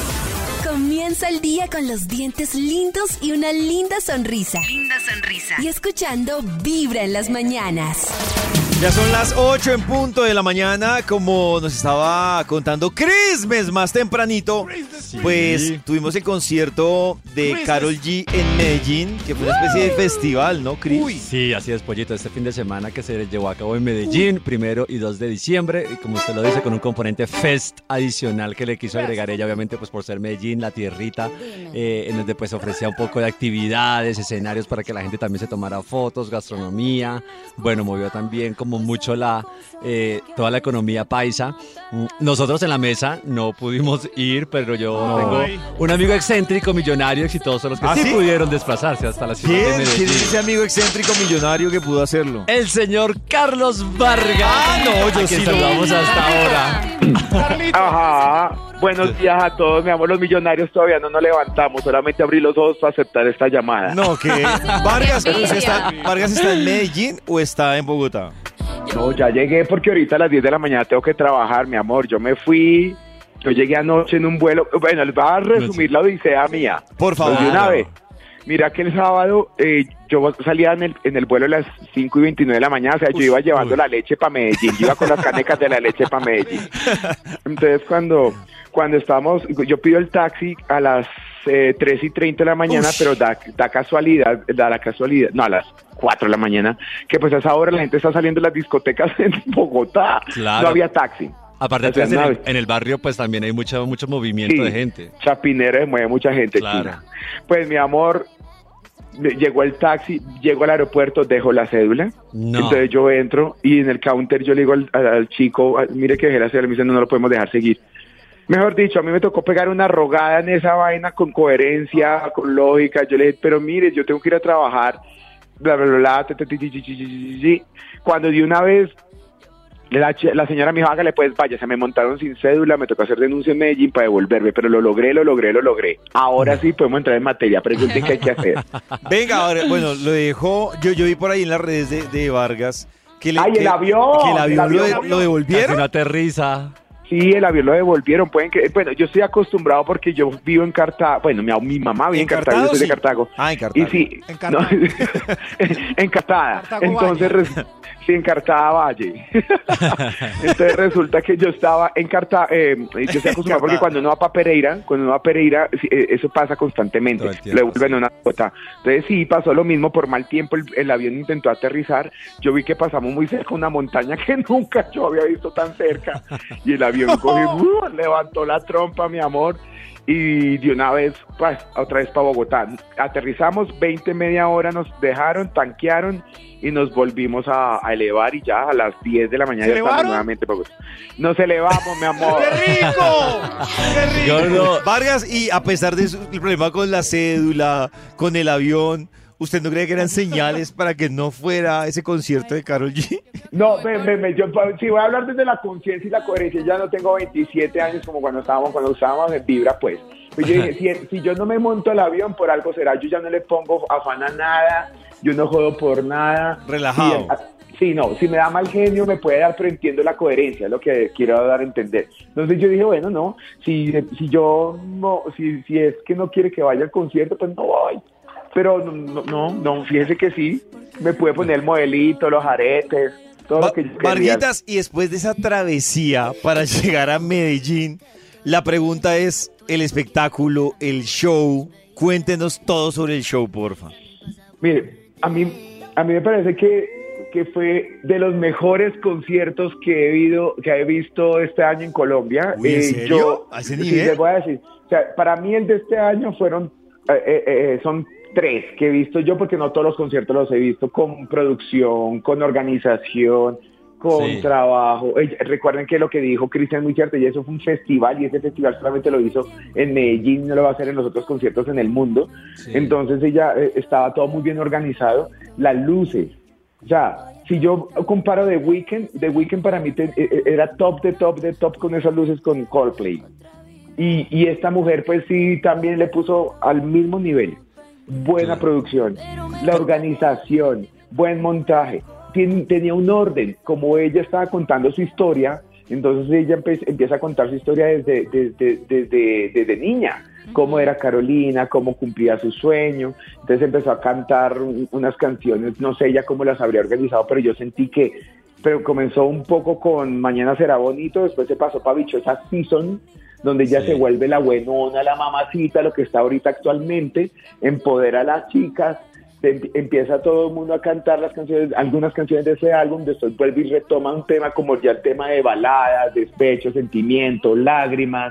Comienza el día con los dientes lindos y una linda sonrisa. Linda sonrisa. Y escuchando Vibra en las mañanas. Ya son las ocho en punto de la mañana, como nos estaba contando Christmas más tempranito, pues tuvimos el concierto de Karol G en Medellín, que fue una especie de festival, ¿no, Chris? Sí, así es, Pollito. Este fin de semana que se llevó a cabo en Medellín, primero y dos de diciembre, y como usted lo dice, con un componente fest adicional que le quiso agregar ella, obviamente, pues por ser Medellín, la tierrita, eh, en donde pues ofrecía un poco de actividades, escenarios para que la gente también se tomara fotos, gastronomía. Bueno, movió también como mucho la eh, toda la economía paisa. Mm, Nosotros en la mesa no pudimos ir, pero yo No. tengo un amigo excéntrico, millonario, exitoso, los que ¿Ah, sí, sí? pudieron desplazarse hasta la ciudad de ¿Quién? Medellín. ¿Quién es ese amigo excéntrico millonario que pudo hacerlo? El señor Carlos Vargas. Ah, no, yo a quien sí. saludamos hasta ahora. Ajá, buenos días a todos, mi amor, los millonarios todavía no nos levantamos, solamente abrí los ojos para aceptar esta llamada. No, que Vargas, envidia. ¿usted está, ¿Vargas está en Medellín o está en Bogotá? No, ya llegué porque ahorita a las diez de la mañana tengo que trabajar, mi amor, yo me fui, yo llegué anoche en un vuelo, bueno, les voy a resumir la odisea mía. Por favor. Pues de una vez. Mira que el sábado eh, yo salía en el, en el vuelo a las cinco y veintinueve de la mañana, o sea, yo iba llevando uy. la leche para Medellín, yo iba con las canecas de la leche para Medellín. Entonces cuando, cuando estábamos, yo pido el taxi a las eh, tres y treinta de la mañana, Ush. pero da, da casualidad, da la casualidad, no, a las cuatro de la mañana, que pues a esa hora la gente está saliendo de las discotecas en Bogotá, Claro. no había taxi. Aparte, O sea, pues, en, no- el, en el barrio, pues también hay mucho, mucho movimiento Sí, de gente. Chapinero se mueve mucha gente, Claro. China. Pues mi amor, me- llegó el taxi, llego al aeropuerto, dejo la cédula. No. Entonces yo entro y en el counter yo le digo al, al- al chico, "Ah, mire que dejé la cédula", me dice, no, no lo podemos dejar seguir. Mejor dicho, a mí me tocó pegar una rogada en esa vaina con coherencia, con lógica. Yo le dije, pero mire, yo tengo que ir a trabajar, bla, bla, bla, bla, ti, ti, ti, ti, ti, ti, ti, ti. Cuando de una vez la, ch- la señora me dijo, hágale pues, vaya, se me montaron sin cédula, me tocó hacer denuncia en Medellín para devolverme, pero lo logré, lo logré, lo logré. Ahora sí podemos entrar en materia, pregunten qué hay que hacer. Venga, ahora, bueno, lo dejó, yo, yo vi por ahí en las redes de, de Vargas que, le, ¡Ay, el que- avión! que el avión, El lo, de- avión. lo Casi devolvieron. no aterriza. Sí, el avión lo devolvieron, pueden que, bueno, yo estoy acostumbrado porque yo vivo en Cartago, bueno, mi, mi mamá vive en, ¿En Cartago, yo Cartago, soy de sí? Cartago. Ah, en Cartago. Y sí, En Cartago. no, encartada. Cartago Entonces, Valle. res- sí, en Cartago Valle. Entonces resulta que yo estaba en Cartago, eh, yo estoy acostumbrado porque cuando uno va para Pereira, cuando uno va a Pereira, sí, eh, eso pasa constantemente, Todo el le tiempo, devuelven una cuota. Entonces sí, pasó lo mismo, por mal tiempo el, el avión intentó aterrizar, yo vi que pasamos muy cerca de una montaña que nunca yo había visto tan cerca, y el avión cogió, uh, levantó la trompa, mi amor, y de una vez, pues, otra vez para Bogotá. Aterrizamos, veinte, media hora nos dejaron, tanquearon y nos volvimos a, a elevar y ya a las diez de la mañana ¿Se ya estamos elevaron? nuevamente en Bogotá. Nos elevamos, mi amor. ¡Qué rico! ¡Qué rico! Gordo. Vargas, y a pesar de su, el problema con la cédula, con el avión, ¿usted no cree que eran señales para que no fuera ese concierto de Karol G? No, me, me, me- yo, si voy a hablar desde la conciencia y la coherencia, ya no tengo veintisiete años como cuando estábamos, cuando estábamos en Vibra, pues. Pues yo dije, si, si yo no me monto el avión, por algo será, yo ya no le pongo afán a nada, yo no jodo por nada. Relajado. Sí, sí, no, si me da mal genio me puede dar, pero entiendo la coherencia, es lo que quiero dar a entender. Entonces yo dije, bueno, no, si, si yo no, si, si es que no quiere que vaya al concierto, pues no voy. Pero no, no, no, fíjese que sí, me puede poner el modelito, los aretes, todo Va- lo que yo quería. Varguitas, y después de esa travesía para llegar a Medellín, La pregunta es, el espectáculo, el show, cuéntenos todo sobre el show, porfa. Mire, a mí, a mí me parece que, que fue de los mejores conciertos que he, visto, que he visto este año en Colombia. Uy, ¿en Eh, serio? yo- ¿A ese sí, nivel? les voy a decir. O sea, para mí el de este año fueron, eh, eh, eh, son tres que he visto yo, porque no todos los conciertos los he visto con producción, con organización, con Sí. trabajo. Eh, recuerden que lo que dijo Cristian muy cierto, y eso fue un festival, y ese festival solamente lo hizo en Medellín, no lo va a hacer en los otros conciertos en el mundo. Sí. Entonces ella eh, estaba todo muy bien organizado. Las luces, o sea, si yo comparo The Weeknd, The Weeknd para mí te- eh, era top de top de top con esas luces con Coldplay. Y, y esta mujer pues sí también le puso al mismo nivel. Buena producción, la organización, buen montaje. Tien- tenía un orden, como ella estaba contando su historia, entonces ella empe- empieza a contar su historia desde, desde, desde, desde niña, cómo era Carolina, cómo cumplía su sueño. Entonces empezó a cantar un- unas canciones, no sé ella cómo las habría organizado, pero yo sentí que pero comenzó un poco con Mañana será bonito, después se pasó para Bichosa Season, donde ella Sí. se vuelve la buenona, la mamacita, lo que está ahorita actualmente, empodera a las chicas, se- empieza todo el mundo a cantar las canciones, algunas canciones de ese álbum, después vuelve y retoma un tema como ya el tema de baladas, despecho, sentimiento, lágrimas,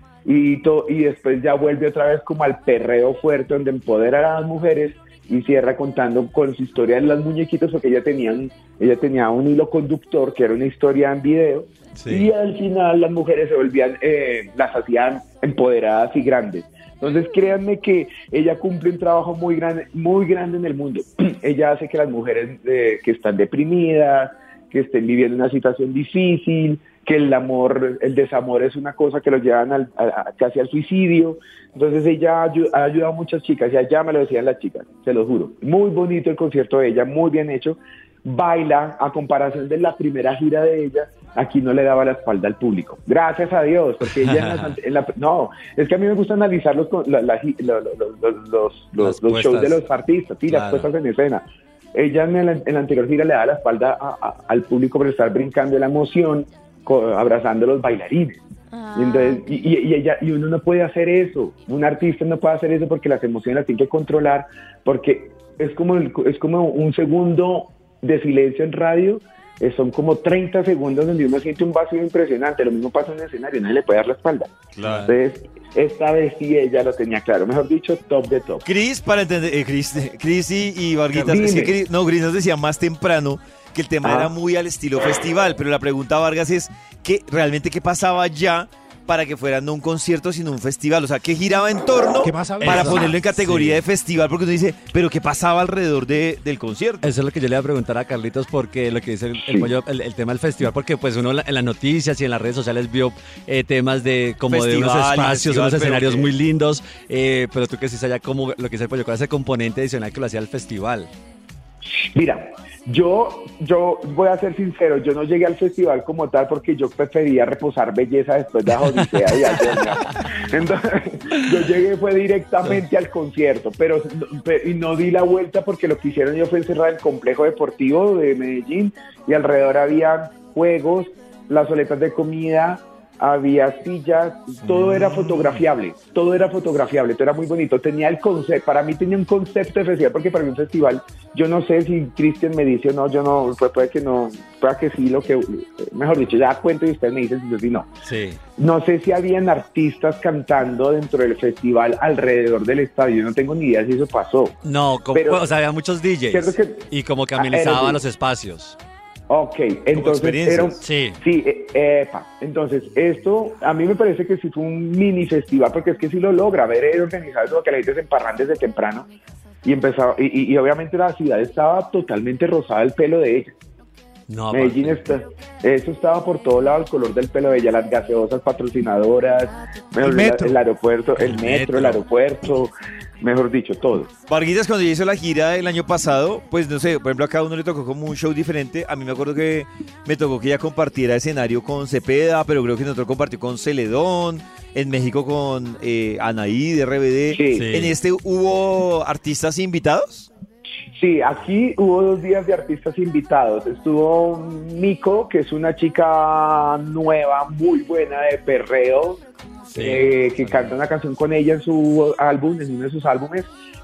y, to- y después ya vuelve otra vez como al perreo fuerte, donde empodera a las mujeres, y cierra contando con su historia de las muñequitos, porque ella tenía, un- ella tenía un hilo conductor, que era una historia en video, Sí. y al final las mujeres se volvían, eh, las hacían empoderadas y grandes. Entonces créanme que ella cumple un trabajo muy grande, muy grande en el mundo. Ella hace que las mujeres eh, que están deprimidas, que estén viviendo una situación difícil, que el amor, el desamor es una cosa que los llevan al, a, a- casi al suicidio. Entonces ella ha, ayu- ha ayudado a muchas chicas, ya, ya me lo decían las chicas, se lo juro. Muy bonito el concierto de ella, muy bien hecho. Baila, a comparación de la primera gira de ella, aquí no le daba la espalda al público. Gracias a Dios, porque ella en las- en la- no, es que a mí me gusta analizar los, con- la- la gi- lo- lo- lo- los, los, los, Las los shows de puestas. los artistas, sí, las Claro. puestas en escena. Ella en la, en la anterior gira le daba la espalda a- a- al público por estar brincando la emoción, co- abrazando a los bailarines. Ah, Y, entonces, y, y- y ella, y uno no puede hacer eso, un artista no puede hacer eso porque las emociones las tiene que controlar, porque es como, el- es como un segundo de silencio en radio, eh, son como treinta segundos donde uno siente un vacío impresionante. Lo mismo pasa en el escenario, nadie le puede dar la espalda. Claro. Entonces, esta vez sí ella lo tenía claro, mejor dicho, top de top. Cris, para entender, eh, Cris, Cris y, y Varguitas, es que Dime. Cris- no, Cris nos decía más temprano que el tema Ah. era muy al estilo festival, pero la pregunta, Vargas, es que realmente qué pasaba ya para que fuera no un concierto, sino un festival. O sea, ¿qué giraba en torno ¿Qué más había? para Eso. ponerlo en categoría Sí. de festival? Porque uno dice, ¿pero qué pasaba alrededor de, del concierto? Eso es lo que yo le iba a preguntar a Carlitos, porque lo que dice el, el Sí. pollo, el, el tema del festival, porque pues uno en la- en las noticias y en las redes sociales vio eh, temas de como de unos Festival, espacios, festival, unos pero escenarios que- muy lindos, eh, pero tú que sí sabes como lo que dice el pollo, ¿cuál es ese componente adicional que lo hacía el festival? Mira, yo, yo voy a ser sincero, yo no llegué al festival como tal porque yo prefería reposar belleza después de la odisea de ayer, ¿no? Entonces, yo llegué fue directamente al concierto, pero pe- y no di la vuelta porque lo que hicieron yo fue encerrar el complejo deportivo de Medellín y alrededor había juegos, las soletas de comida, había sillas, todo era fotografiable, todo era fotografiable, todo era muy bonito, tenía el concepto, para mí tenía un concepto de festival, porque para mí un festival, yo no sé si Cristian me dice o no, yo no, pues puede que no, puede que sí, lo que, mejor dicho, ya cuento y usted me dice si yo sí no. Sí. No sé si habían artistas cantando dentro del festival alrededor del estadio, yo no tengo ni idea si eso pasó. No, como- Pero- o sea, había muchos D Cierto Js que- y como que Ah, amenizaban era- los espacios. Ok, entonces experiencias. era un- Sí. Sí, eh, epa. Entonces, esto a mí me parece que sí fue un mini festival, porque es que sí lo logra, ver organizado eso, que la gente se emparran desde temprano y empezaba, y, y- y obviamente la ciudad estaba totalmente rosada el pelo de ella. No, Medellín aparte- está, eso estaba por todo lado, el color del pelo de ella, las gaseosas patrocinadoras, mejor, metro. el aeropuerto, el, El metro, metro. el aeropuerto, mejor dicho, todo. Varguitas, cuando yo hice la gira el año pasado, pues no sé, por ejemplo, a cada uno le tocó como un show diferente. A mí me acuerdo que me tocó que ella compartiera escenario con Cepeda, pero creo que en otro compartió con Celedón, en México con eh, Anaí de R B D. Sí. Sí. ¿En este hubo artistas invitados? Sí, aquí hubo dos días de artistas invitados. Estuvo Mico, que es una chica nueva, muy buena de perreo. Sí, eh, que canta una canción con ella en su álbum, en uno de sus álbumes.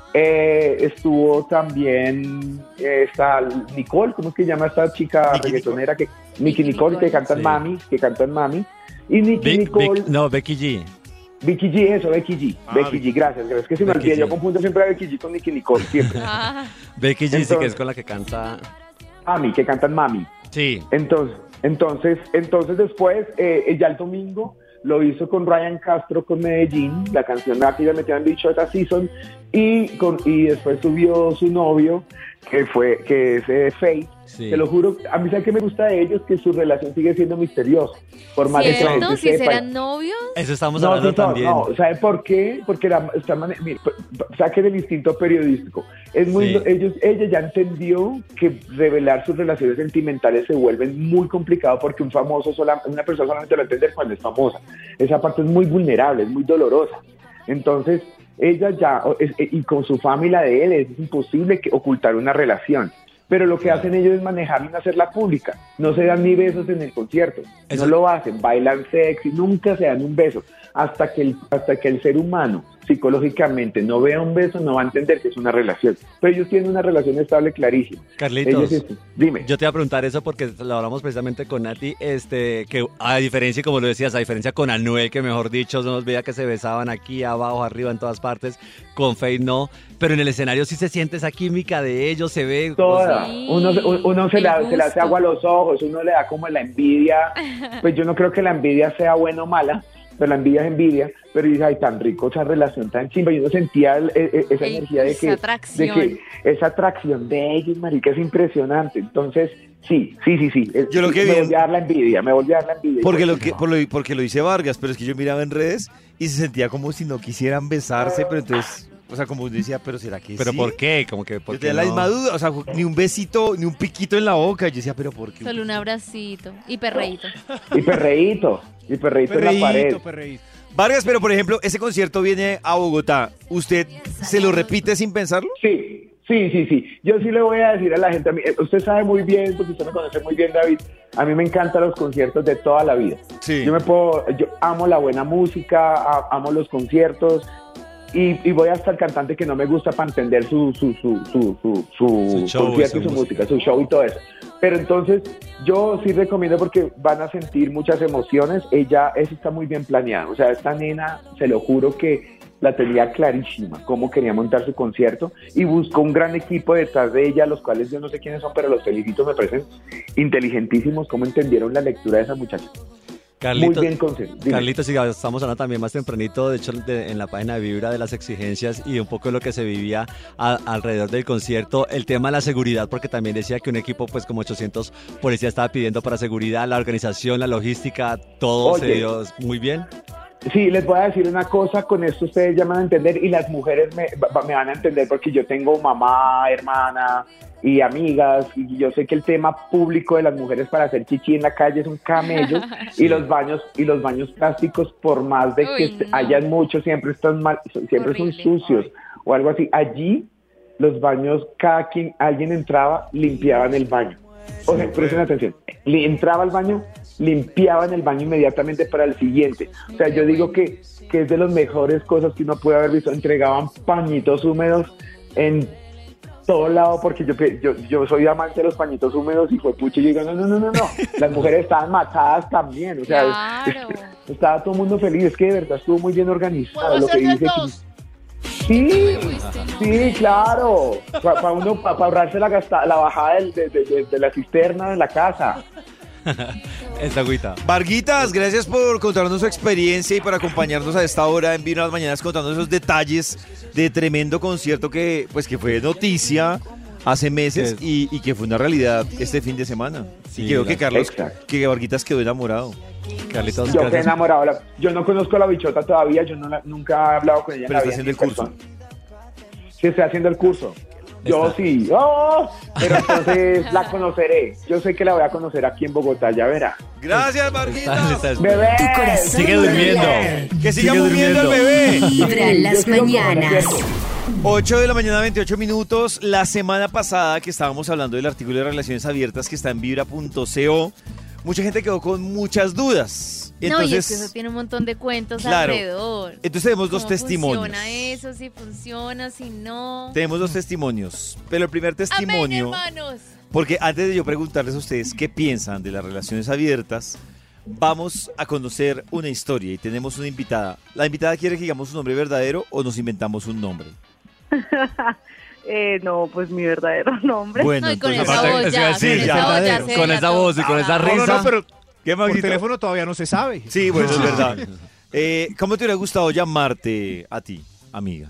Eh, estuvo también eh, esta Nicole, ¿cómo es que se llama esta chica Nicki reggaetonera? Que, Nicki Nicole, que canta en sí. Mami, que canta en Mami. Y Nicki Vic- Nicole... Vic- no, Becky G. Vicky G, eso, Becky G. Ah, Becky Vicky. G, gracias, gracias. Es que se me Becky olvida, yo G. confundo siempre a Becky G con Nicki Nicole, siempre. Ah, Becky G, sí, Entonces- que es con la que canta. Mami, que cantan Mami. Sí. Entonces, entonces, entonces después, eh, ya el domingo, lo hizo con Ryan Castro con Medellín, la canción que ya metía en Bichota Season, y, con, y después subió su novio, que fue que es eh, Faith. Sí. Te lo juro, a mí sabe que me gusta de ellos, que su relación sigue siendo misteriosa. Por más de que la ¿cierto? gente Si sepa. eran novios. Eso estamos No, hablando sí, no, también. no, ¿sabe por qué? Porque la, está mane- mire, p- p- saquen el instinto periodístico. Es muy, Sí. ellos, ella ya entendió que revelar sus relaciones sentimentales se vuelven muy complicado porque un famoso, sola, una persona solamente lo entiende cuando es famosa. Esa parte es muy vulnerable, es muy dolorosa. Entonces, ella ya, es- y con su familia de él, es imposible que ocultar una relación. Pero lo que hacen ellos es manejarla y no hacerla pública. No se dan ni besos en el concierto. Eso- No lo hacen, bailan sexy, nunca se dan un beso. Hasta que, el, hasta que el ser humano psicológicamente no vea un beso, no va a entender que es una relación. Pero ellos tienen una relación estable clarísima. Carlitos, Ellos, dime. yo te iba a preguntar eso porque lo hablamos precisamente con Nati, este, que a diferencia, como lo decías, a diferencia con Anuel, que mejor dicho, no nos veía que se besaban aquí, abajo, arriba, en todas partes, con Faith no, pero en el escenario sí se siente esa química de ellos, se ve... Toda. Sí, uno uno, uno se, el le, se le hace gusto. agua a los ojos, uno le da como la envidia. Pues yo no creo que la envidia sea buena o mala, pero la envidia es envidia. Pero dice, ay, tan rico esa relación, tan chimba. Y uno sentía el- e- e- esa Ey, energía de esa que, de atracción. que esa atracción de ellos, marica, es impresionante. Entonces, sí, sí, sí, sí. Yo lo que me vi- volví a dar la envidia, me volví a dar la envidia. Porque Y lo, pues, que, no. por lo, porque lo dice Vargas, pero es que yo miraba en redes y se sentía como si no quisieran besarse, pero entonces, o sea, como uno decía, pero ¿será que ¿Pero sí? por qué? Como que, ¿por Yo qué tenía la no? misma duda, o sea, ni un besito, ni un piquito en la boca. Yo decía, pero ¿por qué? Solo un abracito y perreíto. Y perreíto, y perreíto, en la pared. Perreíto, perreíto. Vargas, pero por ejemplo, ese concierto viene a Bogotá. ¿Usted se lo repite sin pensarlo? Sí, sí, sí, sí. Yo sí le voy a decir a la gente, a mí, eh, usted sabe muy bien, porque usted me conoce muy bien, David, a mí me encantan los conciertos de toda la vida. Sí. Yo me puedo, yo amo la buena música, a- amo los conciertos, y, y voy hasta el cantante que no me gusta para entender su, su, su, su, su, su Su show y concierto su y su música. música, su show y todo eso. Pero entonces, yo sí recomiendo porque van a sentir muchas emociones. Ella, eso está muy bien planeado. O sea, esta nena, se lo juro que la tenía clarísima, cómo quería montar su concierto, y buscó un gran equipo detrás de ella, los cuales yo no sé quiénes son, pero los felicito, me parecen inteligentísimos, cómo entendieron la lectura de esa muchacha. Carlitos, Muy bien concebido. Dime. Carlitos, sí, estamos hablando también más tempranito, de hecho, de- en la página de Vibra, de las exigencias y un poco de lo que se vivía a- alrededor del concierto, el tema de la seguridad, porque también decía que un equipo pues como ochocientos policías estaba pidiendo para seguridad, la organización, la logística, todo se Oye. dio muy bien. Sí, les voy a decir una cosa, con esto ustedes ya me van a entender y las mujeres me, va- me van a entender porque yo tengo mamá, hermana y amigas, y yo sé que el tema público de las mujeres para hacer chichi en la calle es un camello. Sí. Y los baños y los baños plásticos, por más de Uy, que est- no. hayan muchos, siempre están mal, siempre Horrible. son sucios o algo así. Allí los baños, cada quien, alguien entraba, limpiaban el baño. O sea, presten atención, le entraba al baño, limpiaban el baño inmediatamente para el siguiente. O sea, yo digo que, que es de las mejores cosas que uno puede haber visto. Entregaban pañitos húmedos en todo lado, porque yo, yo, yo soy amante de los pañitos húmedos y fue pucho, y yo digo, no, no, no, no, no, las mujeres estaban matadas también, o sea, Claro. es- estaba todo el mundo feliz, es que de verdad estuvo muy bien organizado ¿Puedo lo que ser de dice. dos? Sí, sí, claro, para uno, para ahorrarse la, gasta, la bajada del- de, de, de, de la cisterna de la casa. Esta agüita. Varguitas, gracias por contarnos su experiencia y por acompañarnos a esta hora en Vino a las Mañanas contando esos detalles de tremendo concierto que, pues, que fue noticia hace meses Que- y, y que fue una realidad este fin de semana. Sí, y creo que gracias. Carlos, Exacto. que Varguitas quedó enamorado. Carlitos, Yo quedé gracias. enamorado, la- yo no conozco a la bichota todavía, yo no la- nunca he hablado con ella. en Pero la está vida, haciendo el ni en curso. persona. Sí, estoy haciendo el curso. Yo Está. sí, ¡oh! Pero entonces la conoceré. Yo sé que la voy a conocer aquí en Bogotá, ya verá. Gracias, Está- Varguitas. está- ¡Bebé! Tu corazón Sigue no durmiendo. late. Que siga Sigue moviendo el durmiendo. bebé. Vibra en Sí, las yo quiero mañanas. conocer. ocho de la mañana, veintiocho minutos. La semana pasada que estábamos hablando del artículo de relaciones abiertas que está en vibra punto co, mucha gente quedó con muchas dudas. No, y es Entonces, que eso tiene un montón de cuentos claro. alrededor. Entonces tenemos dos ¿Cómo testimonios. funciona eso? Si funciona, si no. Tenemos dos testimonios. Pero el primer Amén, testimonio, hermanos. porque antes de yo preguntarles a ustedes qué piensan de las relaciones abiertas, vamos a conocer una historia y tenemos una invitada. ¿La invitada quiere que digamos su nombre verdadero o nos inventamos un nombre? eh, no, pues mi verdadero nombre. Bueno, No, y con entonces... esa voz ya, sí, con ya. esa voz ya Con se esa delató. voz y con esa No, no, risa. no, pero ¿Qué, por Maxito? teléfono todavía no se sabe. Sí, bueno, es verdad. Eh, ¿Cómo te hubiera gustado llamarte a ti, amiga?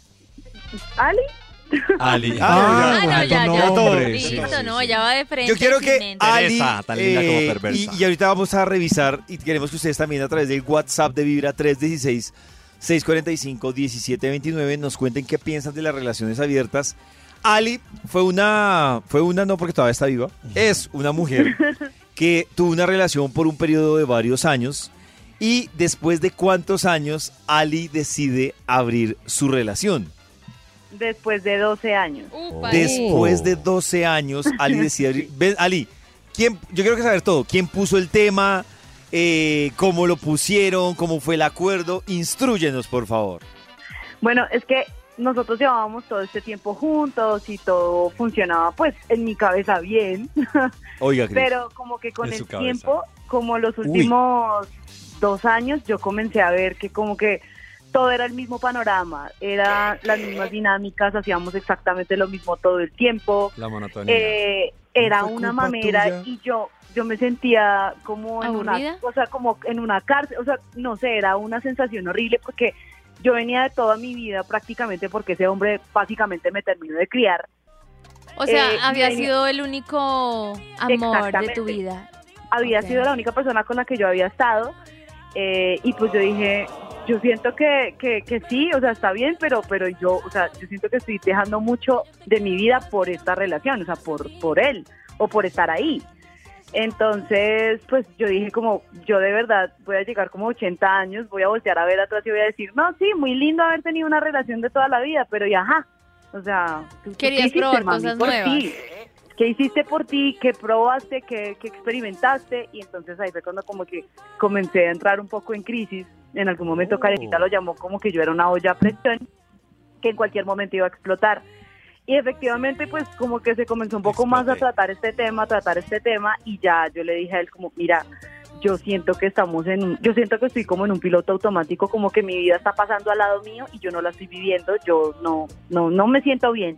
¿Ali? Ali. Ah, Ah, no, ya, ya. nombre. Listo, Sí, sí, no, sí. ya va de frente. Yo quiero sin que mente. Ali, Teresa, tan linda como eh, perversa. y, y ahorita vamos a revisar y queremos que ustedes también a través del WhatsApp de Vibra tres uno seis, seis cuatro cinco, uno siete dos nueve nos cuenten qué piensan de las relaciones abiertas. Ali fue una, fue una no porque todavía está viva, es una mujer que tuvo una relación por un periodo de varios años y después de cuántos años Ali decide abrir su relación. Después de doce años. Upa. Después de doce años, Ali decide abrir. Ven, Ali, ¿quién, yo quiero que saber todo. ¿Quién puso el tema? Eh, ¿Cómo lo pusieron? ¿Cómo fue el acuerdo? Instrúyenos, por favor. Bueno, es que nosotros llevábamos todo este tiempo juntos y todo funcionaba pues en mi cabeza bien, Oiga, Cris. pero como que con En el su cabeza. tiempo, como los últimos dos años, yo comencé a ver que como que todo era el mismo panorama, eran las mismas dinámicas, hacíamos exactamente lo mismo todo el tiempo, La monotonía. eh, era No fue una culpa mamera tuya. y yo yo me sentía como en una, ¿Aburrida? o sea, como en una cárcel, o sea, no sé, era una sensación horrible porque yo venía de toda mi vida prácticamente porque ese hombre básicamente me terminó de criar. O sea, Eh, había venía- sido el único amor de Exactamente. tu vida. Había Ok. sido la única persona con la que yo había estado eh, y pues yo dije, yo siento que, que, que sí, o sea, está bien, pero pero yo, o sea, yo siento que estoy dejando mucho de mi vida por esta relación, o sea, por, por él o por estar ahí. Entonces, pues yo dije como, yo de verdad voy a llegar como a ochenta años, voy a voltear a ver atrás y voy a decir, no, sí, muy lindo haber tenido una relación de toda la vida, pero y ajá, o sea, ¿tú- tú qué Querías hiciste, probar mami, cosas por nuevas. ti? ¿Qué hiciste por ti? ¿Qué probaste? ¿Qué, qué experimentaste? Y entonces ahí fue cuando como que comencé a entrar un poco en crisis. En algún momento Karenita lo llamó como que yo era una olla a presión, que en cualquier momento iba a explotar. Y efectivamente, pues como que se comenzó un poco más a tratar este tema, a tratar este tema, y ya yo le dije a él como, mira, yo siento que estamos en un, yo siento que estoy como en un piloto automático, como que mi vida está pasando al lado mío y yo no la estoy viviendo, yo no, no, no me siento bien.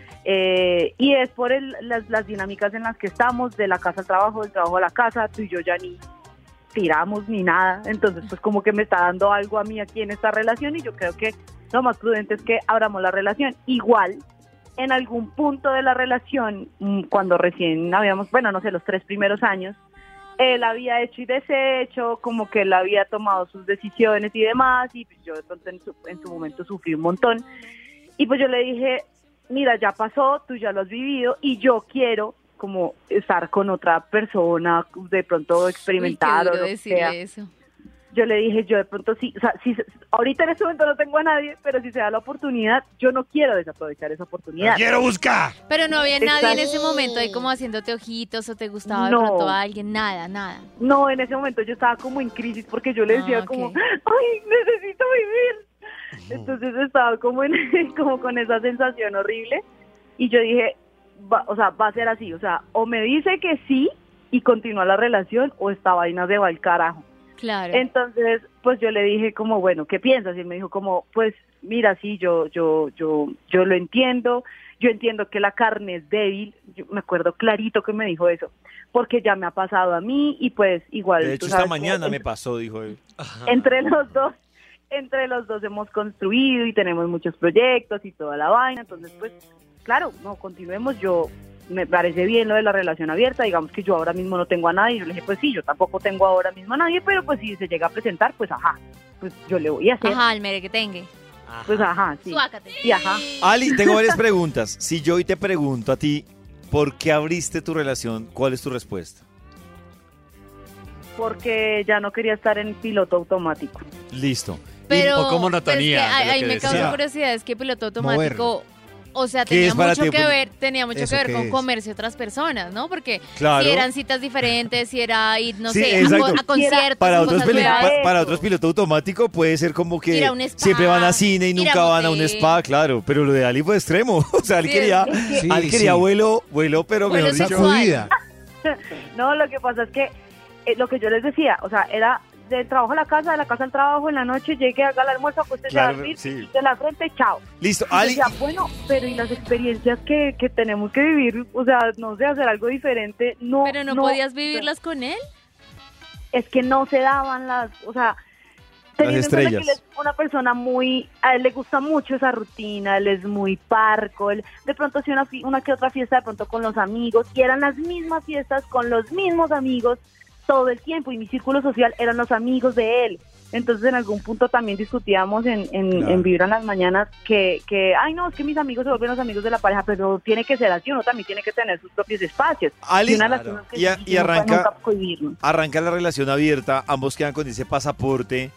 Eh, y es por el, las, las dinámicas en las que estamos, de la casa al trabajo, del trabajo a la casa, tú y yo ya ni tiramos ni nada, entonces pues como que me está dando algo a mí aquí en esta relación y yo creo que lo más prudente es que abramos la relación. Igual, en algún punto de la relación, mm, cuando recién habíamos, bueno, no sé, los tres primeros años, él había hecho y deshecho, como que él había tomado sus decisiones y demás, y pues yo de pronto en su, en su momento sufrí un montón, y pues yo le dije, mira, ya pasó, tú ya lo has vivido, y yo quiero como estar con otra persona, de pronto experimentar Uy, qué o duro lo que decirle sea. eso. Yo le dije, yo de pronto sí, o sea, sí, ahorita en este momento no tengo a nadie, pero si se da la oportunidad, yo no quiero desaprovechar esa oportunidad. ¡Quiero buscar! Pero no había nadie en Exacto. ese momento ahí como haciéndote ojitos o te gustaba de No. pronto a alguien, nada, nada. No, en ese momento yo estaba como en crisis porque yo le decía Ah, ok. como, ay, necesito vivir. Entonces estaba como, en, como con esa sensación horrible y yo dije, va, o sea, va a ser así, o sea, o me dice que sí y continúa la relación o esta vaina se va al carajo. Claro. Entonces, pues yo le dije como, bueno, ¿qué piensas? Y él me dijo como, pues mira, sí, yo, yo, yo, yo lo entiendo, yo entiendo que la carne es débil, yo me acuerdo clarito que me dijo eso, porque ya me ha pasado a mí y pues igual. De tú hecho, esta sabes mañana que me pasó, dijo él. entre los dos, entre los dos hemos construido y tenemos muchos proyectos y toda la vaina, entonces pues, claro, no, continuemos, yo me parece bien lo de la relación abierta, digamos que yo ahora mismo no tengo a nadie, yo le dije, pues sí, yo tampoco tengo ahora mismo a nadie, pero pues si se llega a presentar, pues ajá, pues yo le voy a hacer, Ajá, el mere que tenga. pues ajá, sí, Suácate. y ajá. Ali, tengo varias preguntas. Si yo hoy te pregunto a ti, ¿por qué abriste tu relación? ¿Cuál es tu respuesta? Porque ya no quería estar en piloto automático. Listo. Pero, un poco pero es que monotonía, de ahí, lo ahí que me decía. causa curiosidad, es que piloto automático O sea, ¿Qué tenía es para mucho tiempo? que ver, tenía mucho ¿Eso que ver qué con es? comerse otras personas, ¿no? Porque Claro. si eran citas diferentes, si era ir, no Sí, sé, a, exacto. co- a conciertos, Para y otros, cosas pili- nuevas. pa- para otros piloto automático puede ser como Ir que a un spa, siempre van a cine y ir a nunca van a un motel. spa, claro. Pero lo de Ali fue extremo. O sea, Ali Sí, quería, es que- Sí, Ali quería sí. vuelo, vuelo, pero Vuelo mejor dicho. sexual. Sacudida. No, lo que pasa es que eh, lo que yo les decía, o sea, era del trabajo a la casa, de la casa al trabajo, en la noche llegué, haga el almuerzo, acuéstese Claro, a dormir, sí. de la frente, chao. Listo, Y yo Ali. decía, bueno, pero y las experiencias que, que tenemos que vivir, o sea, no sé, hacer algo diferente, no. Pero no, podías vivirlas con él. Es que no se daban las, o sea, teniendo en cuenta estrellas. que él es una persona muy, a él le gusta mucho esa rutina, él es muy parco, él de pronto hacía una, fi- una que otra fiesta de pronto con los amigos, y eran las mismas fiestas con los mismos amigos todo el tiempo, y mi círculo social eran los amigos de él. Entonces en algún punto también discutíamos en, en, Claro. en Vibra en las mañanas que, que, ay no, es que mis amigos se vuelven los amigos de la pareja, pero tiene que ser así, uno también tiene que tener sus propios espacios. Ali, y una de las claro. cosas que Y a- sí y hicimos fue arranca- nunca cohibirnos. Arranca la relación abierta, ambos quedan con ese pasaporte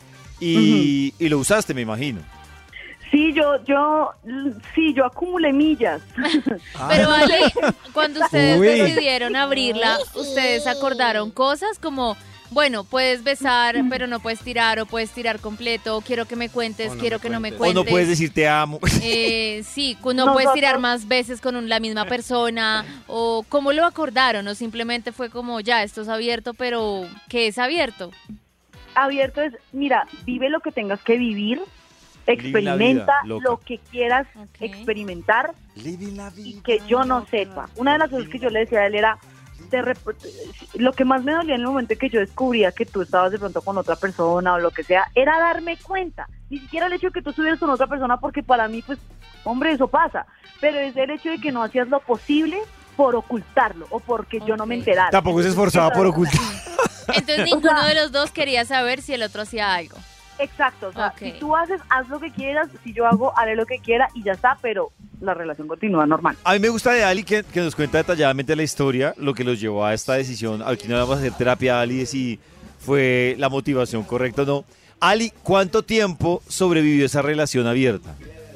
y, y lo usaste, me imagino. Sí, yo, yo, sí, yo acumulé millas. Pero Ale, cuando ustedes Uy. decidieron abrirla, ustedes acordaron cosas como, bueno, puedes besar, pero no puedes tirar, o puedes tirar completo, o quiero que me cuentes, O no quiero me que no me cuentes. O cuentes. no puedes decir te amo. Eh, sí, cu- no Nosotros- puedes tirar más veces con un- la misma persona, o cómo lo acordaron, o simplemente fue como, ya, esto es abierto, pero ¿qué es abierto? Abierto es, mira, vive lo que tengas que vivir, Vive la experimenta vida, loca. lo que quieras Ok. experimentar Living la y vida que yo no loca. sepa. Una de las cosas que yo le decía a él era, te rep- lo que más me dolía en el momento en que yo descubría que tú estabas de pronto con otra persona o lo que sea, era darme cuenta. Ni siquiera el hecho de que tú estuvieras con otra persona, porque para mí, pues, hombre, eso pasa. Pero es el hecho de que no hacías lo posible por ocultarlo o porque yo no me Ok. enterara. Tampoco se esforzaba por ocultar. Entonces ninguno de los dos quería saber si el otro hacía algo. Exacto, o sea, Ok. si tú haces, haz lo que quieras, si yo hago, haré lo que quiera y ya está, pero la relación continúa normal. A mí me gusta de Ali que, que nos cuenta detalladamente la historia, lo que los llevó a esta decisión. Aquí no vamos a hacer terapia, Ali, de si fue la motivación correcta o no. Ali, ¿cuánto tiempo sobrevivió esa relación abierta?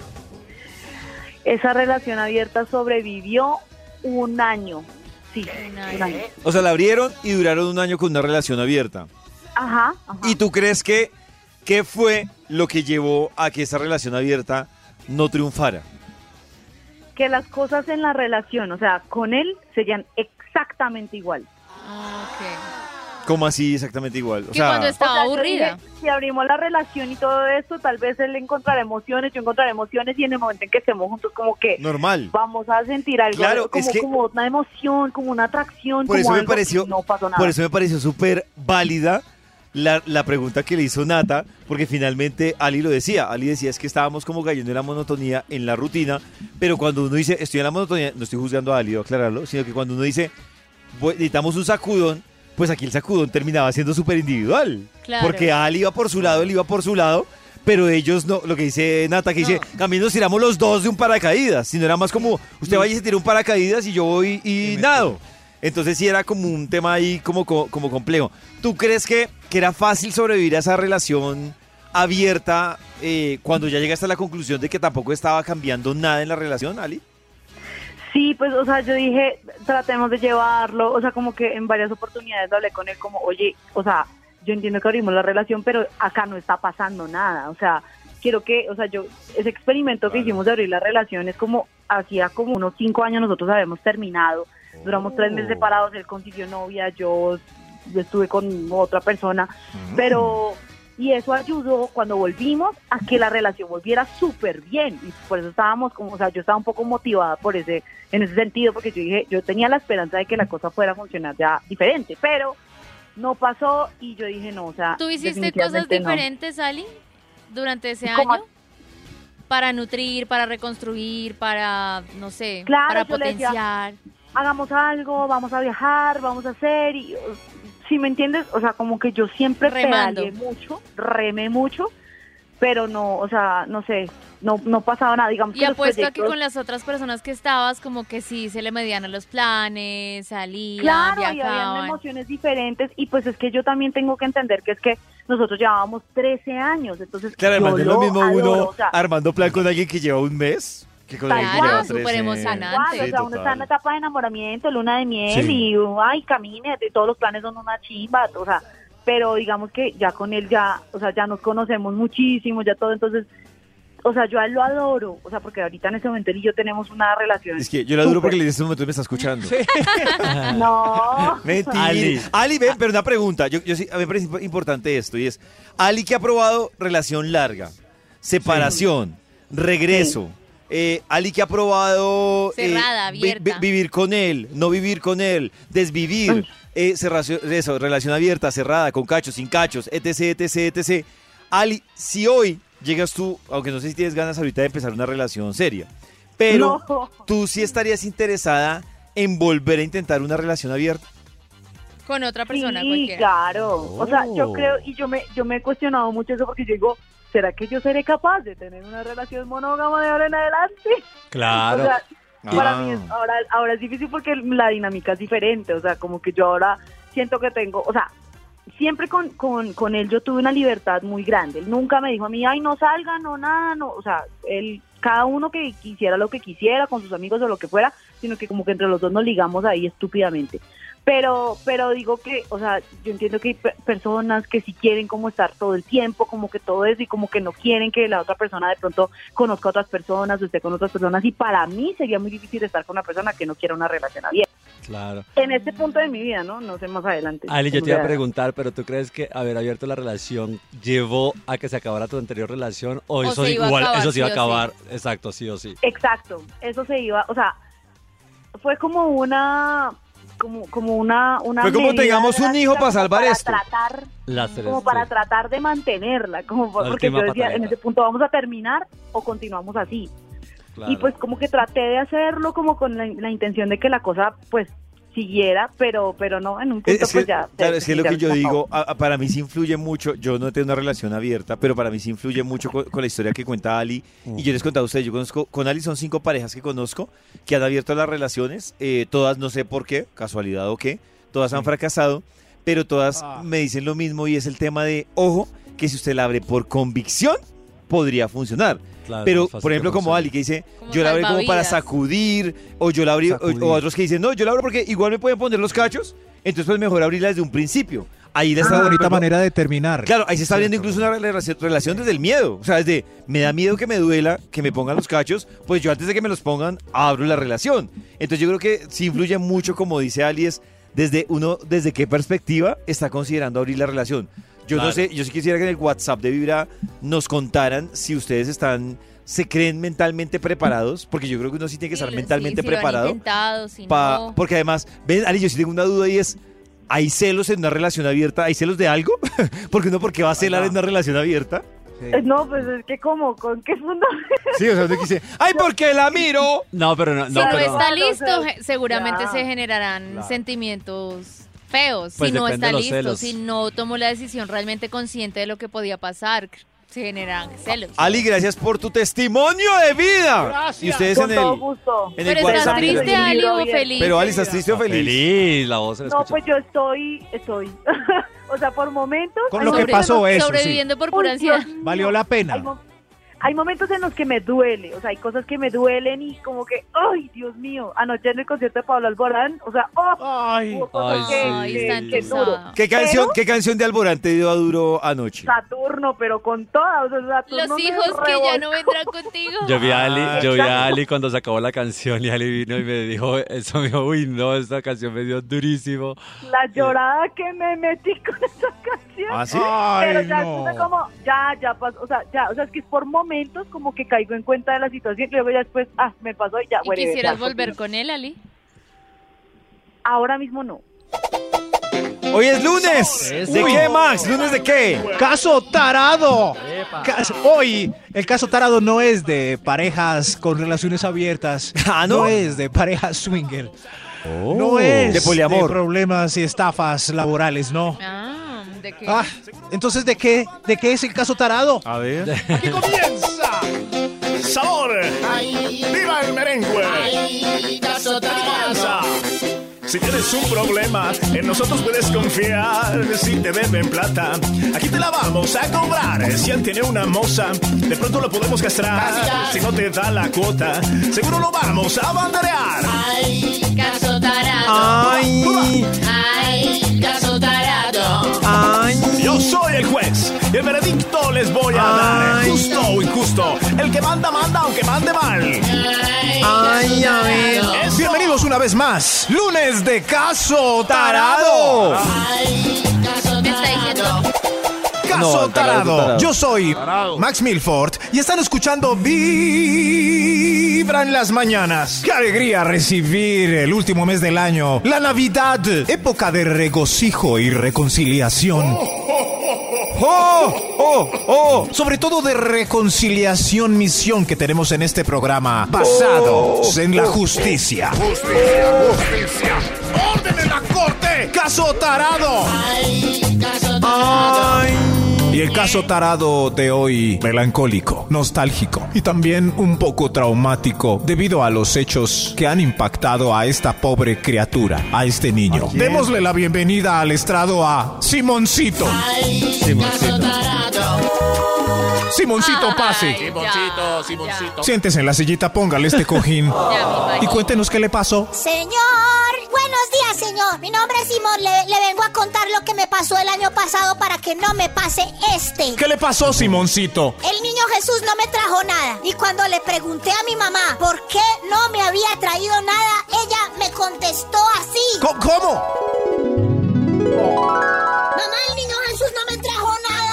Esa relación abierta sobrevivió un año, sí, Un año. un año. O sea, la abrieron y duraron un año con una relación abierta. Ajá, ajá. ¿Y tú crees que qué fue lo que llevó a que esa relación abierta no triunfara? Que las cosas en la relación, o sea, con él serían exactamente igual. Ah, ok. ¿Cómo así exactamente igual? O Que cuando sea, estaba O sea, yo aburrida. dije, si abrimos la relación y todo esto, tal vez él encontrará emociones, yo encontraré emociones y en el momento en que estemos juntos como que normal. vamos a sentir algo, Claro, como, es que- como una emoción, como una atracción, Por como eso me algo pareció, y no pasó nada. por eso me pareció súper válida la, la pregunta que le hizo Nata, porque finalmente Ali lo decía. Ali decía es que estábamos como cayendo en la monotonía, en la rutina, pero cuando uno dice estoy en la monotonía, no estoy juzgando a Ali, debo aclararlo, sino que cuando uno dice "Voy- necesitamos un sacudón", pues aquí el sacudón terminaba siendo súper individual. Claro. Porque Ali iba por su lado, él iba por su lado, pero ellos no, lo que dice Nata, que dice, también nos tiramos los dos de un paracaídas, sino era más como, usted vaya y se tira un paracaídas y yo voy y, nado. Entonces sí era como un tema ahí como, co- como complejo. ¿Tú crees que, que era fácil sobrevivir a esa relación abierta eh, cuando ya llegaste a la conclusión de que tampoco estaba cambiando nada en la relación, Ali? Sí, pues, o sea, yo dije, tratemos de llevarlo, o sea, como que en varias oportunidades hablé con él como, oye, o sea, yo entiendo que abrimos la relación, pero acá no está pasando nada, o sea, quiero que, o sea, yo, ese experimento que hicimos de abrir la relación es como, hacía como unos cinco años nosotros habíamos terminado, duramos tres meses separados, él consiguió novia, yo estuve con otra persona, pero... Y eso ayudó cuando volvimos a que la relación volviera súper bien. Y por eso estábamos como, o sea, yo estaba un poco motivada por ese, en ese sentido, porque yo dije, yo tenía la esperanza de que la cosa fuera a funcionar ya diferente, pero no pasó y yo dije, no, o sea, ¿Tú hiciste cosas definitivamente no. diferentes, Ali, durante ese ¿Cómo? año? Para nutrir, para reconstruir, para, no sé, Claro, para yo le decía, potenciar. Hagamos algo, vamos a viajar, vamos a hacer, y si me entiendes, o sea, como que yo siempre Remando. pedaleé mucho, remé mucho, pero no, o sea, no sé, no, no pasaba nada, digamos Y que los apuesto a que proyectos- con las otras personas que estabas, como que sí se le medían a los planes, salían, Claro, y habían viajaban. emociones diferentes y pues es que yo también tengo que entender que es que nosotros llevábamos trece años, entonces Claro, además yo no es lo mismo adoro, uno o sea, armando plan con alguien que lleva un mes Que con Tal el cual, lleva súper trece. emocionante. Igual, Sí, o sea, uno total. está en la etapa de enamoramiento, luna de miel Sí. y ay, camine, de todos los planes son una chimba, o sea, pero digamos que ya con él ya, o sea, ya nos conocemos muchísimo, ya todo, entonces, o sea, yo a él lo adoro, o sea, porque ahorita en ese momento él y yo tenemos una relación. Es que yo la duro súper- porque en este momento me está escuchando. No. Mentira. Ali. Ali, ven, pero una pregunta. Yo, yo sí, a mí me parece imp- importante esto y es, Ali que ha probado relación larga, separación, regreso. eh, Ali que ha probado eh, Cerrada, vi- abierta. vi- vivir con él, no vivir con él, desvivir, eh, cerracio- eso, relación abierta, cerrada, con cachos, sin cachos, etc, etc, etc. Ali, si hoy llegas tú, aunque no sé si tienes ganas ahorita de empezar una relación seria, pero No. tú sí estarías interesada en volver a intentar una relación abierta. Con otra persona Sí, cualquiera. claro. O sea, yo Oh. creo, y yo me, yo me he cuestionado mucho eso porque yo digo, ¿será que yo seré capaz de tener una relación monógama de ahora en adelante? Claro. O sea, para Ah. mí es- ahora, ahora es difícil porque la dinámica es diferente. O sea, como que yo ahora siento que tengo, o sea, siempre con, con, con él yo tuve una libertad muy grande. Él nunca me dijo a mí, ay, no salgan, no nada, no. O sea, él, cada uno que quisiera lo que quisiera, con sus amigos o lo que fuera, sino que como que entre los dos nos ligamos ahí estúpidamente. Pero, pero digo que, o sea, yo entiendo que hay pe- personas que sí quieren como estar todo el tiempo, como que todo eso, y como que no quieren que la otra persona de pronto conozca a otras personas o esté con otras personas, y para mí sería muy difícil estar con una persona que no quiera una relación abierta. Claro. En este punto de mi vida, ¿no? No sé más adelante. Ali, yo te iba a O sea, preguntar, pero ¿tú crees que haber abierto la relación llevó a que se acabara tu anterior relación o, O eso se iba a igual, acabar, eso se iba a sí o acabar? Exacto, sí o sí. Exacto, eso se iba, o sea, fue como una... Como, como una, una Fue como medida tengamos un hijo drástica para como salvar para esto. tratar La como para tratar de mantenerla, como por- La porque yo última decía, en patadita. ese punto vamos a terminar o continuamos así. Claro. Y pues como que traté de hacerlo como con la, la intención de que la cosa pues siguiera, pero pero no, en un punto Es que, pues ya... claro, se- es que lo ya que se yo acabó. digo, a- a- para mí sí influye mucho, yo no tengo una relación abierta, pero para mí sí influye mucho con, con la historia que cuenta Ali, y yo les contaba a ustedes, yo conozco, con Ali son cinco parejas que conozco, que han abierto las relaciones, eh, todas no sé por qué, casualidad o qué, todas han fracasado, pero todas Ah. me dicen lo mismo y es el tema de, ojo, que si usted la abre por convicción, podría funcionar. Claro, es Pero, más fácil por ejemplo, que como funcione. Ali, que dice, Como yo la abrí como para salvavidas. sacudir, o yo la abrí, o, Sacudir. o otros que dicen, no, yo la abro porque igual me pueden poner los cachos, entonces pues mejor abrirla desde un principio. Ahí la Es está una bonita pero- manera de terminar. Claro, ahí se está Cierto. viendo incluso una relación, relación desde el miedo. O sea, desde, me da miedo que me duela, que me pongan los cachos, pues yo antes de que me los pongan, abro la relación. Entonces yo creo que sí influye mucho, como dice Ali, es desde uno, desde qué perspectiva está considerando abrir la relación. Yo no Claro. sé, yo sí quisiera que en el WhatsApp de Vibra nos contaran si ustedes están, se creen mentalmente preparados, porque yo creo que uno sí tiene que estar Sí, mentalmente sí, si lo han preparado. intentado, si pa- no. Porque además, ven, Ali, yo sí tengo una duda y es, ¿hay celos en una relación abierta? ¿Hay celos de algo? Porque uno, ¿por qué va a celar en una relación abierta? Eh, No, pues es que como, ¿con qué fundamento? Sí, o sea, uno dice, ¡ay, porque la miro! No, pero no, Si no, no, pero está No, listo, o sea, ge- seguramente ya. se generarán Claro. sentimientos feos. Pues si no depende está de los listo, celos. si no tomó la decisión realmente consciente de lo que podía pasar, se generarán celos. Ali, gracias por tu testimonio de vida. Gracias. Y ustedes Con en todo el, gusto. en el Pero WhatsApp. estás triste, Feliz. Ali, o Bien. feliz. Pero Ali, ¿estás triste o feliz? feliz, la voz se la No, escucha. pues yo estoy, estoy. O sea, por momentos... Con hay lo que momentos pasó en los- eso, Sobreviviendo por pura Uy, Dios ansiedad. mío. Valió la pena. Hay, mo- hay momentos en los que me duele, o sea, hay cosas que me duelen y como que, ¡ay, Dios mío! Anoche en el concierto de Pablo Alborán, o sea, ¡oh! Ay, Hubo cosas Ay, que- sí. Ay, que- está que duro. entusado. ¿Qué canción, Pero- ¿Qué canción de Alborán te dio a duro anoche? Saturno, pero con todas, o sea, Saturno Los me hijos que ya revolcó. no vendrán contigo. Yo vi a Ali, Ah, yo vi a exacto. Ali cuando se acabó la canción y Ali vino y me dijo, eso me dijo, uy, no, esta canción me dio durísimo. La llorada que me metí con esa canción. ¿Ah, sí? Pero Ay, ya no. después como, ya, ya pasó, o sea, ya, o sea, es que es por momentos como que caigo en cuenta de la situación y luego ya después, ah, me pasó y ya, ¿Y bueno, quisieras ya, volver continúo. con él, Ali? Ahora mismo no. Hoy es lunes. ¿De Uy. qué, Max? ¿Lunes de qué? ¡Caso tarado! Cas- Hoy, el caso tarado no es de parejas con relaciones abiertas. Ah, ¿no? es de parejas swinger. No es De poliamor. problemas y estafas laborales, no. Ah, ¿de qué? Ah, entonces, ¿de qué? ¿De qué es el caso tarado? A ver. Aquí comienza Sabor. ¡Viva el merengue! Aquí comienza Si tienes un problema, en nosotros puedes confiar. Si te deben plata, aquí te la vamos a cobrar. Si él tiene una moza, de pronto lo podemos castrar. Si no te da la cuota, seguro lo vamos a banderear. Ay, caso tarado. Ay. Ay, caso tarado. Ay. Yo soy el juez y el veredicto les voy a dar. Ay. Justo o injusto, el que manda, manda, aunque mande mal. Ay, Ay, a ver. Eso. Bienvenidos una vez más. Lunes de Caso Tarado. Tarado. Ay, caso me está diciendo. Caso No, tarado, tarado. tarado. Yo soy Max Milford y están escuchando Vibra en las mañanas. Qué alegría recibir el último mes del año, la Navidad, época de regocijo y reconciliación. ¡Oh! ¡Oh! ¡Oh! Sobre todo de reconciliación, misión que tenemos en este programa, basados en la justicia. ¡Justicia! ¡Justicia! ¡Orden en la corte! ¡Caso tarado! Ay, caso tarado. Ay. Y el caso tarado de hoy, melancólico, nostálgico y también un poco traumático debido a los hechos que han impactado a esta pobre criatura, a este niño. Démosle la bienvenida al estrado a Simoncito. Ay, caso tarado. Simoncito, pase. Simoncito, Simoncito. Siéntese en la sillita, póngale este cojín. Ya me imagino. Y cuéntenos qué le pasó. Señor, buenos días, señor. Mi nombre es Simón. Le, le vengo a contar lo que me pasó el año pasado para que no me pase este. ¿Qué le pasó, Simoncito? El niño Jesús no me trajo nada. Y cuando le pregunté a mi mamá por qué no me había traído nada, ella me contestó así. Co- ¿Cómo? Mamá, el niño Jesús no me trajo nada.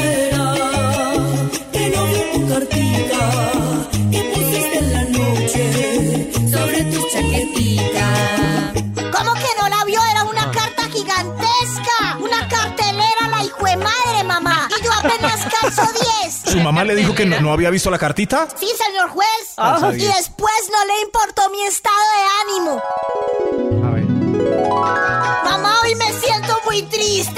Que no vio tu cartita que pusiste en la noche sobre tu chaquetita. ¿Cómo que no la vio? Era una carta gigantesca. Una cartelera, la hijuemadre, mamá. Y yo apenas calzo diez. ¿Su mamá le dijo que no, no había visto la cartita? Sí, señor juez. Calza Y diez. después no le importó mi estado de ánimo. A ver. Mamá, hoy me siento muy triste.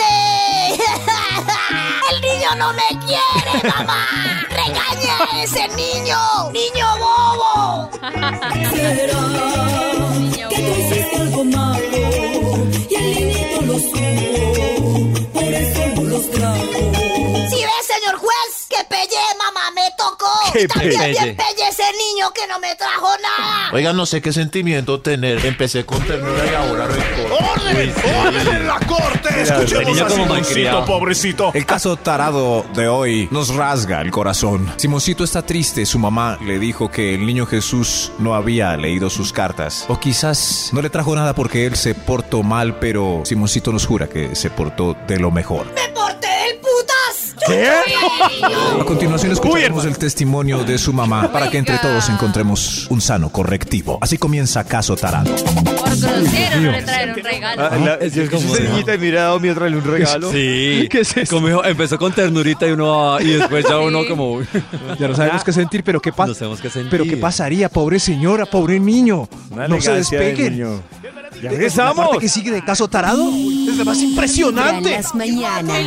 El niño no me quiere, mamá. Regañe a ese niño. Niño bobo. Será que tú hiciste algo malo y el niñito lo supo, por eso no los trajo. Si ve, señor juez, que pellé, mamá, me tocó. Que También pelle. bien pellé ese niño que no me trajo nada. Oiga, no sé qué sentimiento tener. Empecé con ternura y ahora rencor. ¡Orden! ¡Orden en la corte! el Escuchemos niño a como Simoncito, malcriado. pobrecito. El caso tarado de hoy nos rasga el corazón. Simoncito está triste. Su mamá le dijo que el niño Jesús no había leído sus cartas. O quizás no le trajo nada porque él se portó mal, pero Simoncito nos jura que se portó de lo mejor. ¡Me porté del putas! ¿Qué? A continuación escucharemos el testimonio de su mamá para que entre todos encontremos un sano correctivo. Así comienza Caso Tarado. Por grosero no le trajeron regalo. Ah, la- Es que es como- esa niñita me hubiera dado mi otra un regalo. Sí. ¿Qué es esto? Como dijo, empezó con ternurita y uno y después ya uno como Ya no sabemos qué sentir, pero qué pasa. no sabemos qué sentir. Pero qué pasaría, pobre señora, pobre niño. Una No se elegancia del despeguen. niño. Ya La regresamos. parte que sigue de Caso Tarado es la más En impresionante. las mañanas.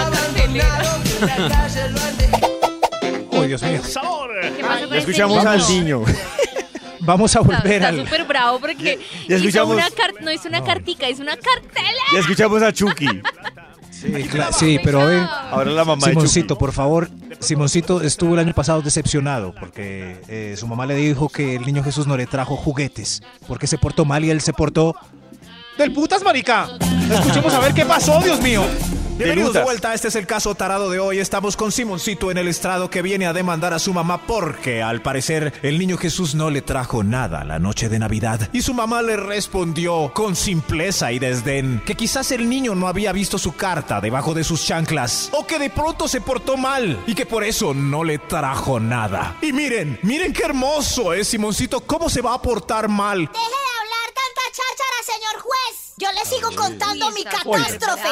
Oh, Dios mío. ¡Sabor! ¿Qué pasa con Ya ese escuchamos al niño? niño. Vamos a Está- volver Está al... súper bravo porque Ya hizo escuchamos- una car- no hizo una cartica, hizo una cartela. Ya escuchamos a Chucky. Sí, cla- sí, pero a ver, Ahora la mamá de Chucky. Simoncito, por favor. Simoncito estuvo el año pasado decepcionado porque eh, su mamá le dijo que el niño Jesús no le trajo juguetes porque se portó mal y él se portó... ¡Del putas, marica! Escuchemos a ver qué pasó, Dios mío. Bienvenidos de putas. vuelta, este es el Caso Tarado de hoy. Estamos con Simoncito en el estrado que viene a demandar a su mamá porque al parecer el niño Jesús no le trajo nada la noche de Navidad. Y su mamá le respondió con simpleza y desdén que quizás el niño no había visto su carta debajo de sus chanclas o que de pronto se portó mal y que por eso no le trajo nada. Y miren, miren qué hermoso es Simoncito, cómo se va a portar mal. Deje de hablar tanta cháchara, señor juez. Yo le sigo contando mi catástrofe.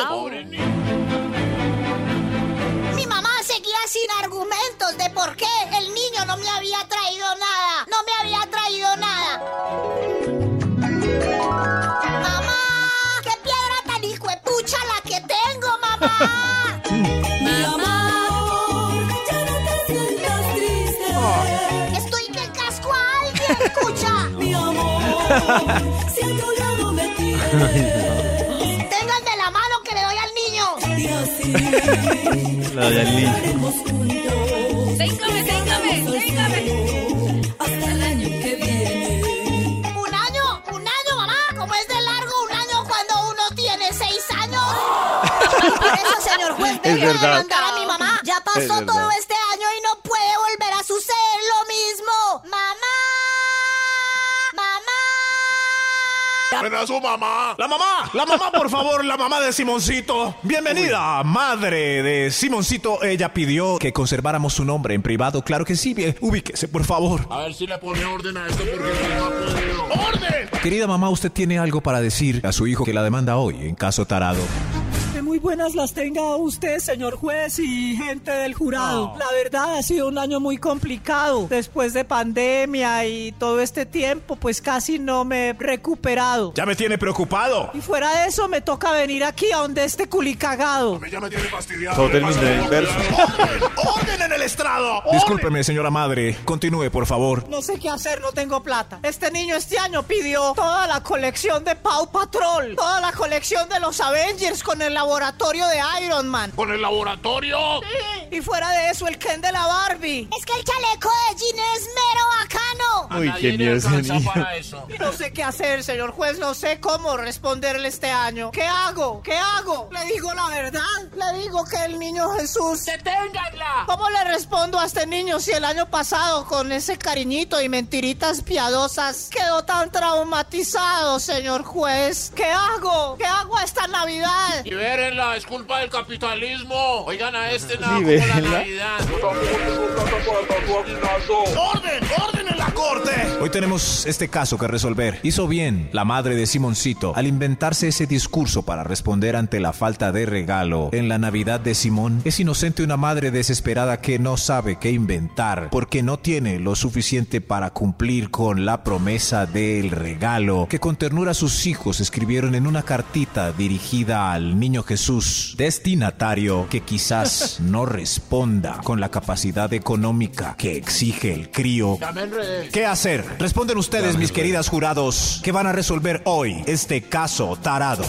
Mi mamá seguía sin argumentos de por qué el niño no me había traído nada. No me había traído nada. Mamá, qué piedra tan hijuepucha la que tengo, mamá. Mi amor, ya no te sientas triste. Estoy que casco a alguien, escucha. Mi amor, si a tu lado me tienes, Tengan de la mano que le doy al niño. Le doy al niño. Téngame, téngame, téngame. Hasta el año que viene. Un año, un año, mamá. Como es de largo un año cuando uno tiene seis años. Por eso, señor juez, Es debería verdad. demandar a mi mamá. Ya Es pasó verdad. todo este año y no puede volver a suceder lo mismo. Mamá. Mamá. ¡Ven a su mamá! ¡La mamá! ¡La mamá, por favor! ¡La mamá de Simoncito! ¡Bienvenida, madre de Simoncito! Ella pidió que conserváramos su nombre en privado. Claro que sí. Bien, ubíquese, por favor. A ver si le pone orden a esto porque no ha podido. ¡Orden! Querida mamá, usted tiene algo para decir a su hijo que la demanda hoy en caso tarado. Que muy buenas las tenga usted, señor juez y gente del jurado. La verdad ha sido un año muy complicado. Después de pandemia y todo este tiempo, pues casi no me he recuperado. Ya me tiene preocupado. Y fuera de eso, me toca venir aquí a donde este culicagado. Ya me tiene fastidiado. Todo terminó en el verso. ¡Orden en el estrado! Discúlpeme, señora madre. Continúe, por favor. No sé qué hacer, no tengo plata. Este niño este año pidió toda la colección de Paw Patrol, toda la colección de los Avengers con el laboratorio de Iron Man. ¿Con el laboratorio? Sí. Y fuera de eso, el Ken de la Barbie. Es que el chaleco de Jean es mero bacano. Uy, qué miedo ese niño. Y no sé qué hacer, señor juez, no sé cómo responderle este año. ¿Qué hago? ¿Qué hago? ¿Le digo la verdad? ¿Le digo que el niño Jesús... ¡Deténganla! ¿Cómo le respondo a este niño si el año pasado con ese cariñito y mentiritas piadosas quedó tan traumatizado, señor juez? ¿Qué hago? ¿Qué hago esta Navidad? Libérenla, es culpa del capitalismo. Oigan a este nada como la Libérenla. Navidad. ¡Orden! ¡Orden en la corte! Hoy tenemos este caso que resolver. Hizo bien la madre de Simoncito al inventarse ese discurso para responder ante la falta de regalo en la Navidad de Simón. Es inocente una madre desesperada que no sabe qué inventar porque no tiene lo suficiente para cumplir con la promesa del regalo que con ternura sus hijos escribieron en una cartita dirigida al niño Jesús, destinatario que quizás no responda con la capacidad económica que exige el crío. Ya me enredé. ¿Qué hacer? Responden ustedes, mis queridas jurados, que van a resolver hoy este caso tarado.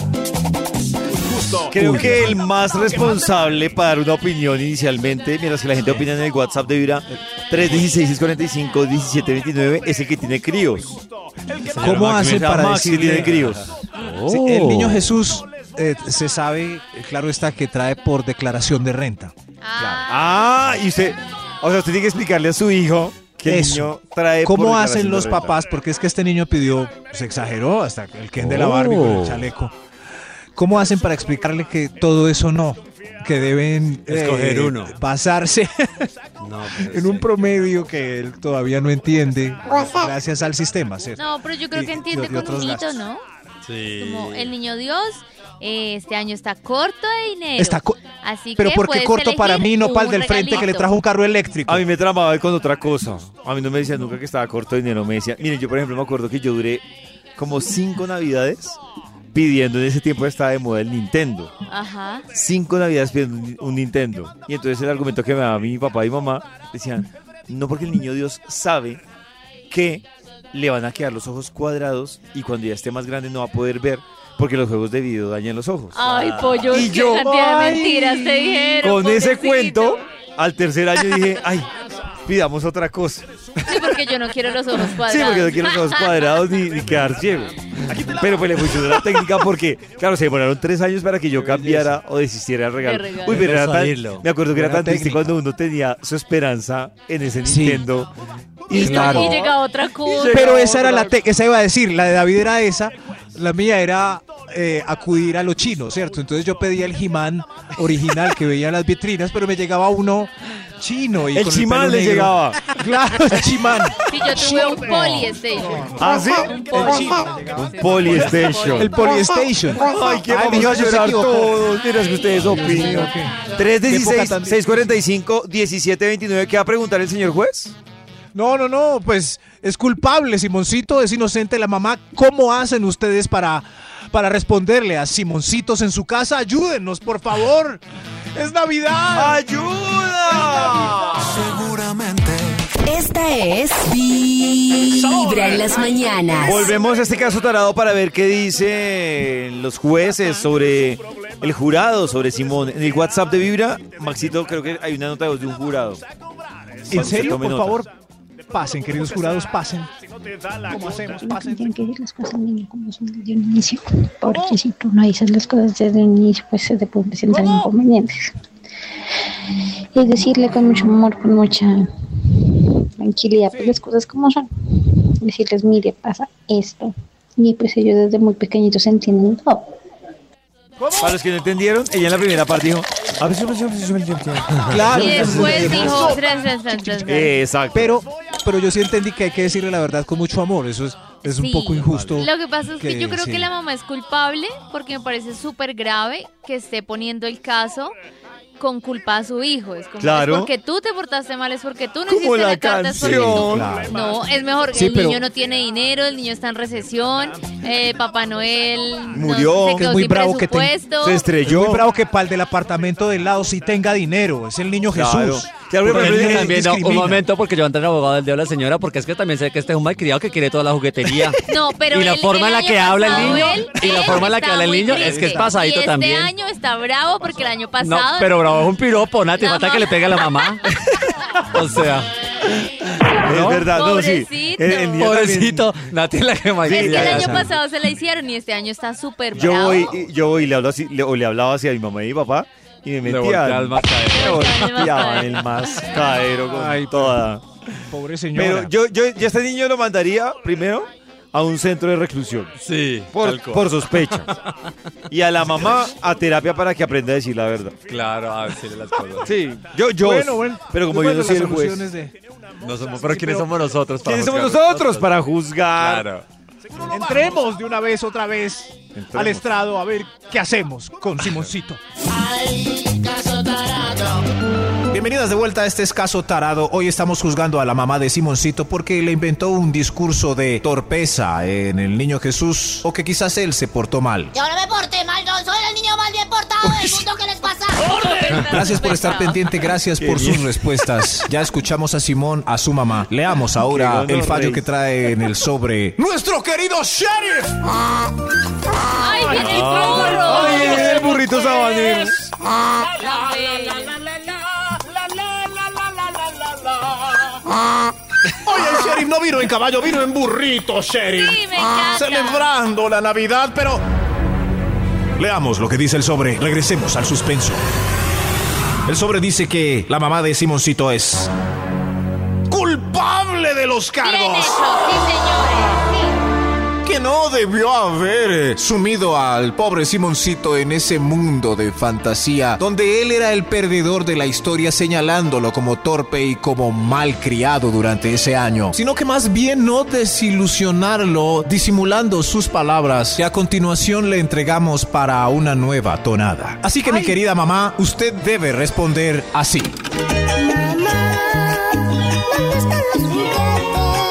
Creo que el más responsable para dar una opinión inicialmente, mientras que la gente opina en el WhatsApp de Vibra tres uno seis, seis cuatro cinco, uno siete dos nueve, es el que tiene críos. ¿Cómo Max, hacen mira, para Max, que decirle tiene críos? Sí, el niño Jesús eh, se sabe, eh, claro está, que trae por declaración de renta. Ah, y usted, o sea, usted tiene que explicarle a su hijo que el Eso. niño trae por ¿Cómo declaración hacen de los renta. papás? Porque es que este niño pidió, se exageró hasta el Ken de la Barbie con Oh. el chaleco. ¿Cómo hacen para explicarle que todo eso no? Que deben Escoger uno. basarse No, en un promedio que él todavía no entiende gracias al sistema, ¿cierto? No, pero yo creo Y- que entiende y- y con otros un hito, gastos. ¿no? Sí. Como el niño Dios, eh, este año está corto de dinero. Está co- Así Pero que ¿por qué puedes corto para elegir mí, no para el un del frente que le regalito. trajo un carro eléctrico? A mí me tramaba con otra cosa. A mí no me decía nunca que estaba corto de dinero. Me decía, miren, yo por ejemplo me acuerdo que yo duré como cinco navidades pidiendo, en ese tiempo estaba de moda el Nintendo. Ajá. Cinco navidades pidiendo un, un Nintendo. Y entonces el argumento que me daba mi papá y mamá, decían, no porque el niño Dios sabe que le van a quedar los ojos cuadrados y cuando ya esté más grande no va a poder ver porque los juegos de video dañan los ojos. Ay, pollo, Y qué yo, cantidad de ay, mentiras te dijeron. Con ese pobrecito. cuento, al tercer año dije, ay, pidamos otra cosa. Sí, porque yo no quiero los ojos cuadrados. Sí, porque no quiero los ojos cuadrados ni, ni quedar ciego. Pero pues le funcionó la técnica porque, claro, se demoraron tres años para que yo cambiara o desistiera el regalo. De regalo. Uy, pero era tan, Salirlo. me acuerdo que era Buena tan triste técnica. cuando uno tenía su esperanza en ese Sí. Nintendo. Y, Claro. y llega otra cosa. Pero esa era la te- esa iba a decir, la de David era esa, la mía era eh, acudir a lo chino, ¿cierto? Entonces yo pedía el He-Man original que veía en las vitrinas, pero me llegaba uno chino y El con He-Man pelo le negro. llegaba. Claro, el He-Man. Sí, yo tuve un Polystation. ¿Ah, sí? Un Polystation. Un Polystation. El Polystation. Ay, qué Ay, vamos mijo, a yo se llorar equivocó. todos. Mira, es que ustedes opinan. tres Qué dieciséis, época tan- seis cuarenta y cinco, diecisiete veintinueve. ¿Qué va a preguntar el señor juez? No, no, no, pues es culpable, Simoncito, es inocente la mamá. ¿Cómo hacen ustedes para, para responderle a Simoncitos en su casa? Ayúdennos, por favor. ¡Es Navidad! ¡Ayuda! Seguramente Es Esta es Vibra en las mañanas. Volvemos a este caso tarado para ver qué dicen los jueces sobre el jurado, sobre Simón. En el WhatsApp de Vibra, Maxito, creo que hay una nota de voz de un jurado. ¿En serio? Tome Por nota. favor, pasen, queridos jurados, pasen. ¿Cómo hacemos? Pasen. Tienen que decir las cosas al niño como son desde un inicio, porque si tú no dices las cosas desde un inicio, pues se te pueden presentar inconvenientes. Y decirle con mucho amor, con mucha tranquilidad, pues las cosas como son. Decirles, mire, pasa esto. Y pues ellos desde muy pequeñitos entienden todo. Para los que no entendieron, ella en la primera parte dijo... "A ver, sube, sube, sube, sube". Y después dijo... "Tras, tras, tras, tras". Exacto. Pero, pero yo sí entendí que hay que decirle la verdad con mucho amor. Eso es, es un Sí. poco injusto. Lo que pasa es que, que yo creo sí. que la mamá es culpable porque me parece súper grave que esté poniendo el caso con culpa a su hijo. Es como, Claro. es porque tú te portaste mal, es porque tú no Como hiciste la la carta, es porque canción. tú... Claro. No, es mejor que Sí, el pero- niño no tiene dinero, el niño está en recesión, eh, Papá Noel Murió. no, se Que quedó es muy sin bravo que te- presupuesto. Se Es estrelló. muy bravo que para el del apartamento del lado sí tenga dinero. Es el niño Jesús. Claro. Claro, Porque pero el él niño También, no, un discrimina. momento, porque yo antes era abogado del dedo de la señora, porque es que también sé que este es un malcriado que quiere toda la juguetería. No, pero y la él- forma en el la que año habla el pasado niño, él- y la él forma en la que está habla el muy niño, es que es triste. pasadito y este también. año está bravo porque el año No, pasado... pero bravo es un piropo, Nati, La falta ma- que le pegue a la mamá. O sea, Es verdad, no, sí. Pobrecito. El- el niño pobrecito, Nati es la que más Es que el ya año sabe. pasado se la hicieron y este año está súper Yo bravo. voy, y- yo voy y le hablo así, le, o le hablaba así a mi mamá y mi papá y me Le metía voltea al mascadero. me Le voltea al volteaba mascadero. el mascadero con Ay, toda. Pobre señora. Pero yo, yo, yo a este niño lo mandaría primero a un centro de reclusión Sí, por, tal cual. por sospecha. Y a la mamá a terapia para que aprenda a decir la verdad. Claro, a decirle las cosas. Sí, yo, yo. Bueno, bueno. Pero como Bueno, yo no soy las el juez. soluciones de- No somos, pero ¿quiénes somos nosotros para ¿Quiénes somos juzgar? nosotros para juzgar? Claro. Entremos de una vez, otra vez Entremos. al estrado a ver qué hacemos con Simoncito. Bienvenidas de vuelta a este escaso tarado. Hoy estamos juzgando a la mamá de Simoncito porque le inventó un discurso de torpeza en el niño Jesús o que quizás él se portó mal. Yo no me porté mal, yo soy el niño más bien portado del mundo. ¿Qué les pasa? Gracias por estar pendiente, gracias por sus respuestas. Ya escuchamos a Simón, a su mamá. Leamos ahora Qué el fallo gonorrea. que trae en el sobre nuestro querido sheriff. ¡Ay, viene el burro! Ay, el burrito sabanero. Oye, el sheriff no vino en caballo, vino en burrito, sheriff. Sí, me encanta. Celebrando la Navidad, pero... Leamos lo que dice el sobre. Regresemos al suspenso. El sobre dice que la mamá de Simoncito es... culpable de los Bien cargos. hecho, sí, señores. Que no debió haber eh, sumido al pobre Simoncito en ese mundo de fantasía donde él era el perdedor de la historia, señalándolo como torpe y como malcriado durante ese año, sino que más bien no desilusionarlo disimulando sus palabras que a continuación le entregamos para una nueva tonada. Así que mi querida mamá, usted debe responder así. Mamá, ¿dónde están los juguetes?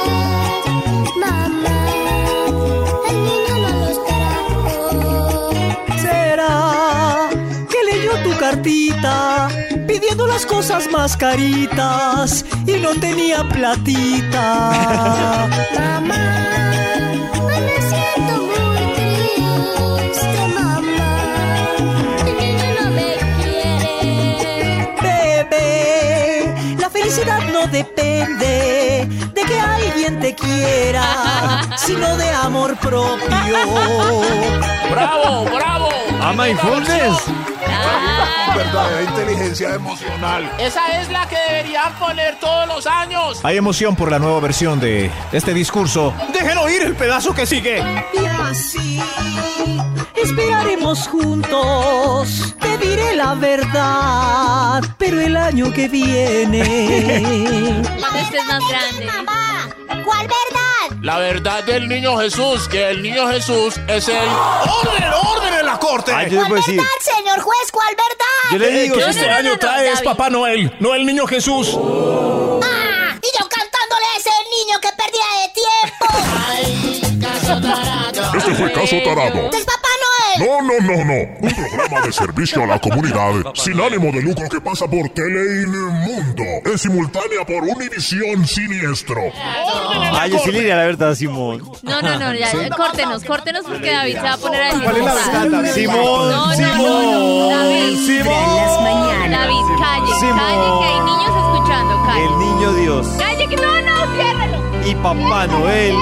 Mamá, el niño no los trajo. ¿Será que leyó tu cartita pidiendo las cosas más caritas y no tenía platita? Mamá, hoy me siento muy triste, mamá. El niño no me quiere. Bebé, la felicidad no depende de que alguien te quiera, sino de amor propio. ¡Bravo, bravo! Ama y Funes. Verdadera inteligencia emocional. Esa es la que deberían poner todos los años. Hay emoción por la nueva versión de este discurso. Dejen oír el pedazo que sigue. Y así esperaremos juntos. Te diré la verdad, pero el año que viene. Cuando estés más grande. Mamá, ¿cuál verdad? La verdad del niño Jesús, que el niño Jesús es el... ¡Orden, orden en la corte! Ay, yo le ¿Cuál puedo decir. verdad, señor juez? ¿Cuál verdad? Yo le digo, que sí, este no, no, año no, trae es David. Papá Noel, no el niño Jesús. ¡Ah! Y yo cantándole a ese niño que perdía de tiempo. Este fue Caso Tarado. ¡Es Papá Noel! No, no, no, no. Un programa de servicio a la comunidad sin ánimo de lucro que pasa por Teleinmundo. En simultánea por Univisión Siniestro. Ah, yo sí le diría la verdad, Simón. No, no, no, ya, Sí. córtenos, córtenos porque David se va a poner a decir ¿Cuál es la cosas. verdad, David? Simón, No, no, Simón, no, no, David. Simón. Las mañanas. David, calle, Simón. calle, que hay niños escuchando, calle. El niño Dios Calle, que no, no, ciérralo. y Papá Noel.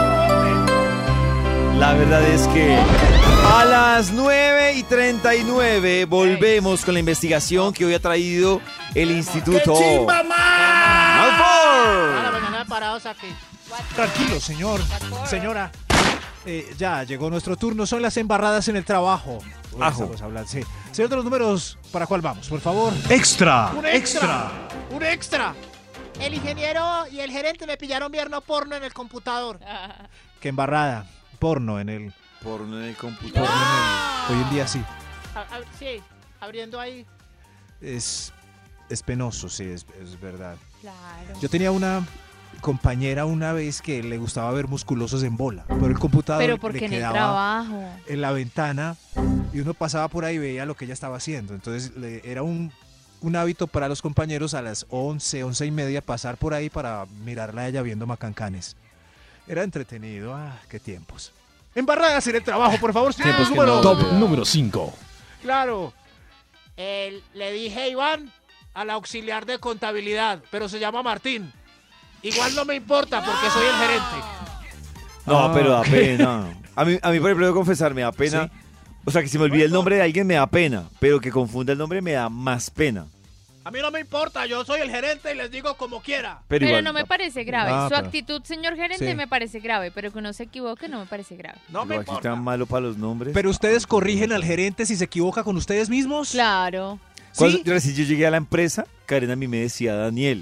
La verdad es que a las nueve y treinta y nueve volvemos con la investigación que hoy ha traído el Instituto. ¡Qué chimba, Malfour! A la mañana parados aquí. Tranquilo, señor, señora. Eh, ya llegó nuestro turno. Son las embarradas en el trabajo. Hoy Ajo. estamos hablando, sí. Señor de los números, ¿para cuál vamos, por favor? Extra. Un extra. Un extra. El ingeniero y el gerente me pillaron viendo porno en el computador. Qué embarrada. Porno en el... Porno en el computador. Porno en el- hoy en día sí. Sí, abriendo ahí. Es, es penoso, sí, es, es verdad. Claro. Yo tenía una compañera una vez que le gustaba ver musculosos en bola, pero el computador Pero le porque en el quedaba trabajo. en la ventana y uno pasaba por ahí y veía lo que ella estaba haciendo. Entonces le- era un, un hábito para los compañeros a las once, once y media pasar por ahí para mirarla a ella viendo macancanes. Era entretenido, ah, qué tiempos. Embarradas en el trabajo, por favor, señor, Tiempos que número- no Top número cinco. Claro. Eh, le dije Iván al auxiliar de contabilidad, pero se llama Martín. Igual no me importa porque soy el gerente. No, Ah. pero da pena. A mí, a mí, por ejemplo, debo confesar, me da pena. O sea, que si me olvida el nombre de alguien me da pena, pero que confunda el nombre me da más pena. A mí no me importa, yo soy el gerente y les digo como quiera. Pero Pero igual, no me parece grave. Ah, Su pero- actitud, señor gerente, Sí. me parece grave, pero que uno se equivoque no me parece grave. No me Igual que importa. tan malo para los nombres. Pero ustedes corrigen al gerente si se equivoca con ustedes mismos. Claro. Cuando ¿Sí? yo, recién yo llegué a la empresa, Karen a mí me decía Daniel.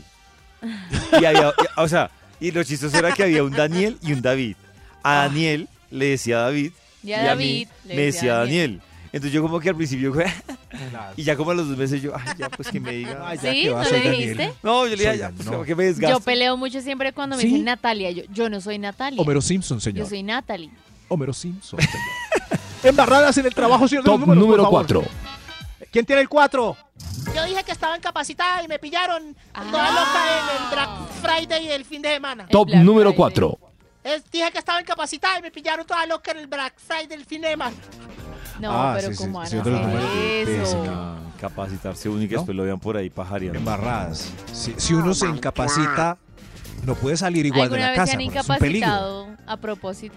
Y había, y- o sea, y lo chistoso era que había un Daniel y un David. A Daniel le decía David Y a a mí David le me decía decía Daniel. Entonces yo como que al principio, Claro. y ya como a los dos meses yo, ay, ya pues que me diga. Ay, ya ¿Sí? que va, ¿No soy le Daniel. dijiste? No, yo le dije, Soy ya, Dan- pues no. que me desgaste. Yo peleo mucho siempre cuando me ¿Sí? dicen Natalia. Yo, yo no soy Natalia. Homero Simpson, señor. Yo soy Natalie. Homero Simpson, señor. Embarradas en el trabajo, señor de los Top números, por número favor. cuatro. ¿Quién tiene el cuatro? Yo dije que estaba incapacitada y me pillaron toda loca en el Black Friday del fin de semana. Top Black número Friday. cuatro. Es- dije que estaba incapacitada y me pillaron toda loca en el Black Friday del fin de semana. No, Ah, pero sí, sí, ¿cómo van a señor de los hacer números, qué eso? pésimo. Ah, capacitarse uno y que ¿No? después lo vean por ahí pajareando. Embarradas. Si, si uno se incapacita, no puede salir igual de ¿Alguna la vez se casa. han porque es un peligro. incapacitado a propósito?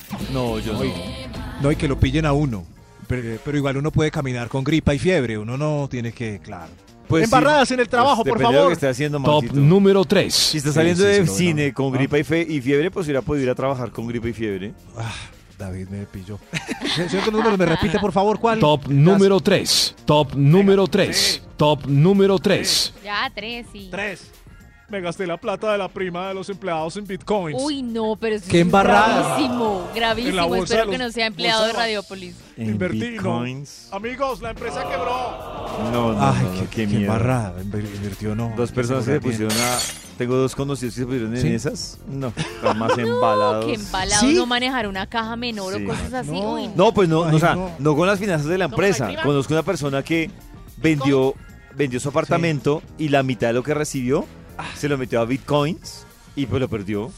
No, yo no. No, y que lo pillen a uno. Pero, pero igual uno puede caminar con gripa y fiebre. Uno no tiene que, claro. Pues Embarradas sí, en el trabajo, pues por depende de lo favor. que esté haciendo, Top Maxito. número tres. Si está Sí, saliendo sí, sí, de lo cine no. con Ah. gripa y, fe- y fiebre, pues hubiera podido ir a trabajar con gripa y fiebre. Ah, David me pilló. Señor de los números, ¿me repite, por favor, cuál? Top número tres. Top número tres. Top número tres. Ya, tres, sí. Tres. Me gasté la plata de la prima de los empleados en bitcoins. Uy, no, pero eso Qué es embarrada. gravísimo, En la gravísimo. bolsa Espero de que los- no sea empleado de bolsa- Radiopolis. En Invertí, ¿no? bitcoins. Amigos, la empresa quebró. No, no, Ay, no, no, qué, qué qué miedo. embarrada. Inver- Invirtió, no. Dos personas que se pusieron a... Tengo dos conocidos que se pusieron en ¿Sí? esas. No, están más embalados. Que embalado ¿Sí? no manejar una caja menor Sí. o cosas así. No. Uy, No, pues no, Ay, no, o sea, no. no con las finanzas de la empresa. prima? Conozco una persona que vendió, vendió su apartamento y la mitad de lo que recibió se lo metió a bitcoins y pues lo perdió.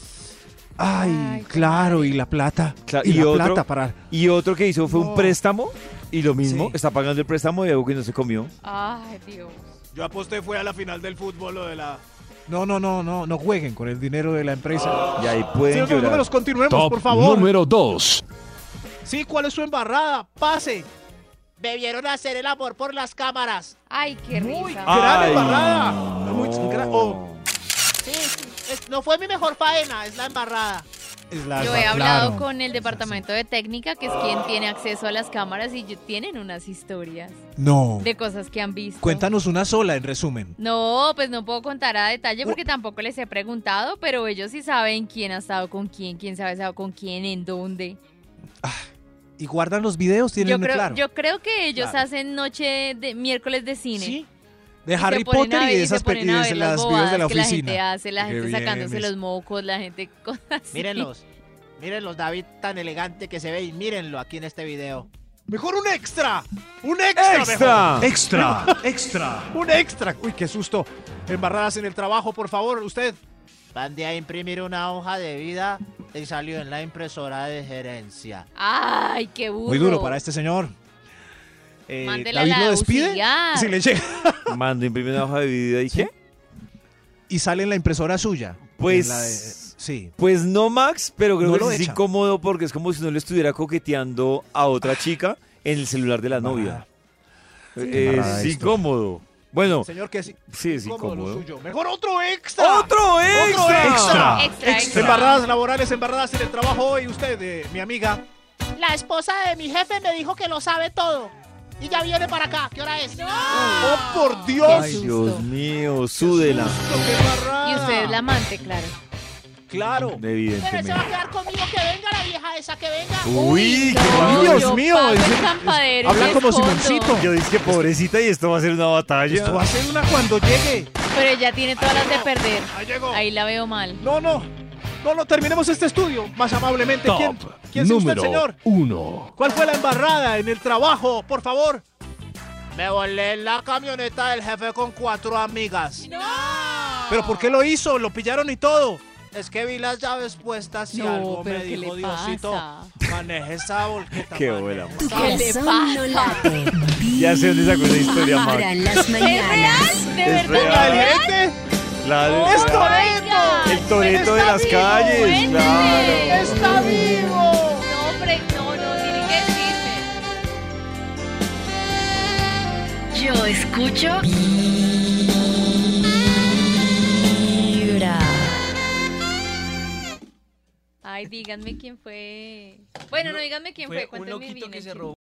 Ay, Ay, claro, y la plata. Claro, y, y la otro- plata para... Y otro que hizo fue No. un préstamo y lo mismo, Sí. está pagando el préstamo y algo que no se comió. Ay, Dios. Yo aposté fue a la final del fútbol lo de la... No, no, no, no, no jueguen con el dinero de la empresa. Y ahí pueden Señor de los llorar. números, continuemos, Top por favor. número dos. Sí, ¿cuál es su embarrada? Pase. Me vieron hacer el amor por las cámaras. Ay, qué Muy risa. gran Ay, embarrada. no. Muy gra- oh. Sí, sí, es- no fue mi mejor faena, es la embarrada. Es la- Yo he hablado claro. con el departamento de técnica, que es quien tiene acceso a las cámaras, y yo- tienen unas historias No. de cosas que han visto. Cuéntanos una sola, en resumen. No, pues no puedo contar a detalle porque tampoco les he preguntado, pero ellos sí saben quién ha estado con quién, quién se ha besado con quién, en dónde. ¿Y guardan los videos? ¿Tienen Yo creo, claro? yo creo que ellos Claro. hacen noche de miércoles de cine. Sí. De Y se Harry ponen Potter a y ver- de esas se ponen pe- y a de ver las las videos de la bobadas que la oficina. gente hace, la Qué gente bien, sacándose mis- los mocos, la gente cosas así. Mírenlos. Mírenlos, David, tan elegante que se ve y mírenlo aquí en este video. Mejor un extra. Un extra. ¡Extra! Mejor. Extra, extra. Un extra. Uy, qué susto. Embarradas en el trabajo, por favor, usted. Mandé a imprimir una hoja de vida y salió en la impresora de gerencia. Ay, qué burro. Muy duro para este señor. Eh, Mándela ¿David a la lo despide? auxiliar. Sí, le llega. Mando, imprime una hoja de vida y qué. Y sale en la impresora suya. Pues, En la de- sí. pues no, Max, pero creo No que lo sí es echa. incómodo porque es como si no le estuviera coqueteando a otra chica en el celular de la novia. Eh, Embarrada Es esto. incómodo. Bueno, Señor, que sí. sí, es Incómodo lo incómodo. suyo. Mejor otro extra. ¡Otro extra! extra! Extra, extra. Embarradas laborales, embarradas en el trabajo hoy. Usted, eh, mi amiga. La esposa de mi jefe me dijo que lo sabe todo. Y ya viene para acá. ¿Qué hora es? ¡Oh, por Dios! Ay, Dios mío, súdela. ¡Qué embarrada! Y usted es la amante, claro. Claro. Pero él se va a Evidentemente. quedar conmigo. Que venga la vieja esa, que venga. Uy, qué no, mal. Dios yo mío, pago es- el campadero y habla me como escondo. Simoncito. Yo dije que pobrecita y esto va a ser una batalla. Esto va a ser una cuando llegue. Pero ella tiene todas las de perder. Ahí llegó. Ahí la veo mal. No, no. No, no, terminemos este estudio. Más amablemente. ¿Quién, Top ¿quién es usted, número señor? uno. ¿Cuál fue la embarrada en el trabajo? Por favor. Me volé en la camioneta del jefe con cuatro amigas. ¿Pero por qué lo hizo? Lo pillaron y todo. Es que vi las llaves puestas y No, algo pero me ¿qué dijo le Diosito. pasa? Maneje esa volqueta. Qué maneje buena. esa Tu ¿Qué le corazón no pasa? late. Ya sé dónde sacó esa historia, Max. Vibran las ¿Es mañanas. real? ¿De Es verdad? real. ¿La del ¿Es real? gerente? Claro. ¡Es Oiga. Toreto! El Toreto de las calles, cuénteme. claro. ¡Está vivo! No, hombre, no, no, tiene que decirme. Yo escucho Vibra. Ay, díganme quién fue. Bueno, no díganme quién fue. Fue un Cuéntenme loquito bien que el se chisme. robó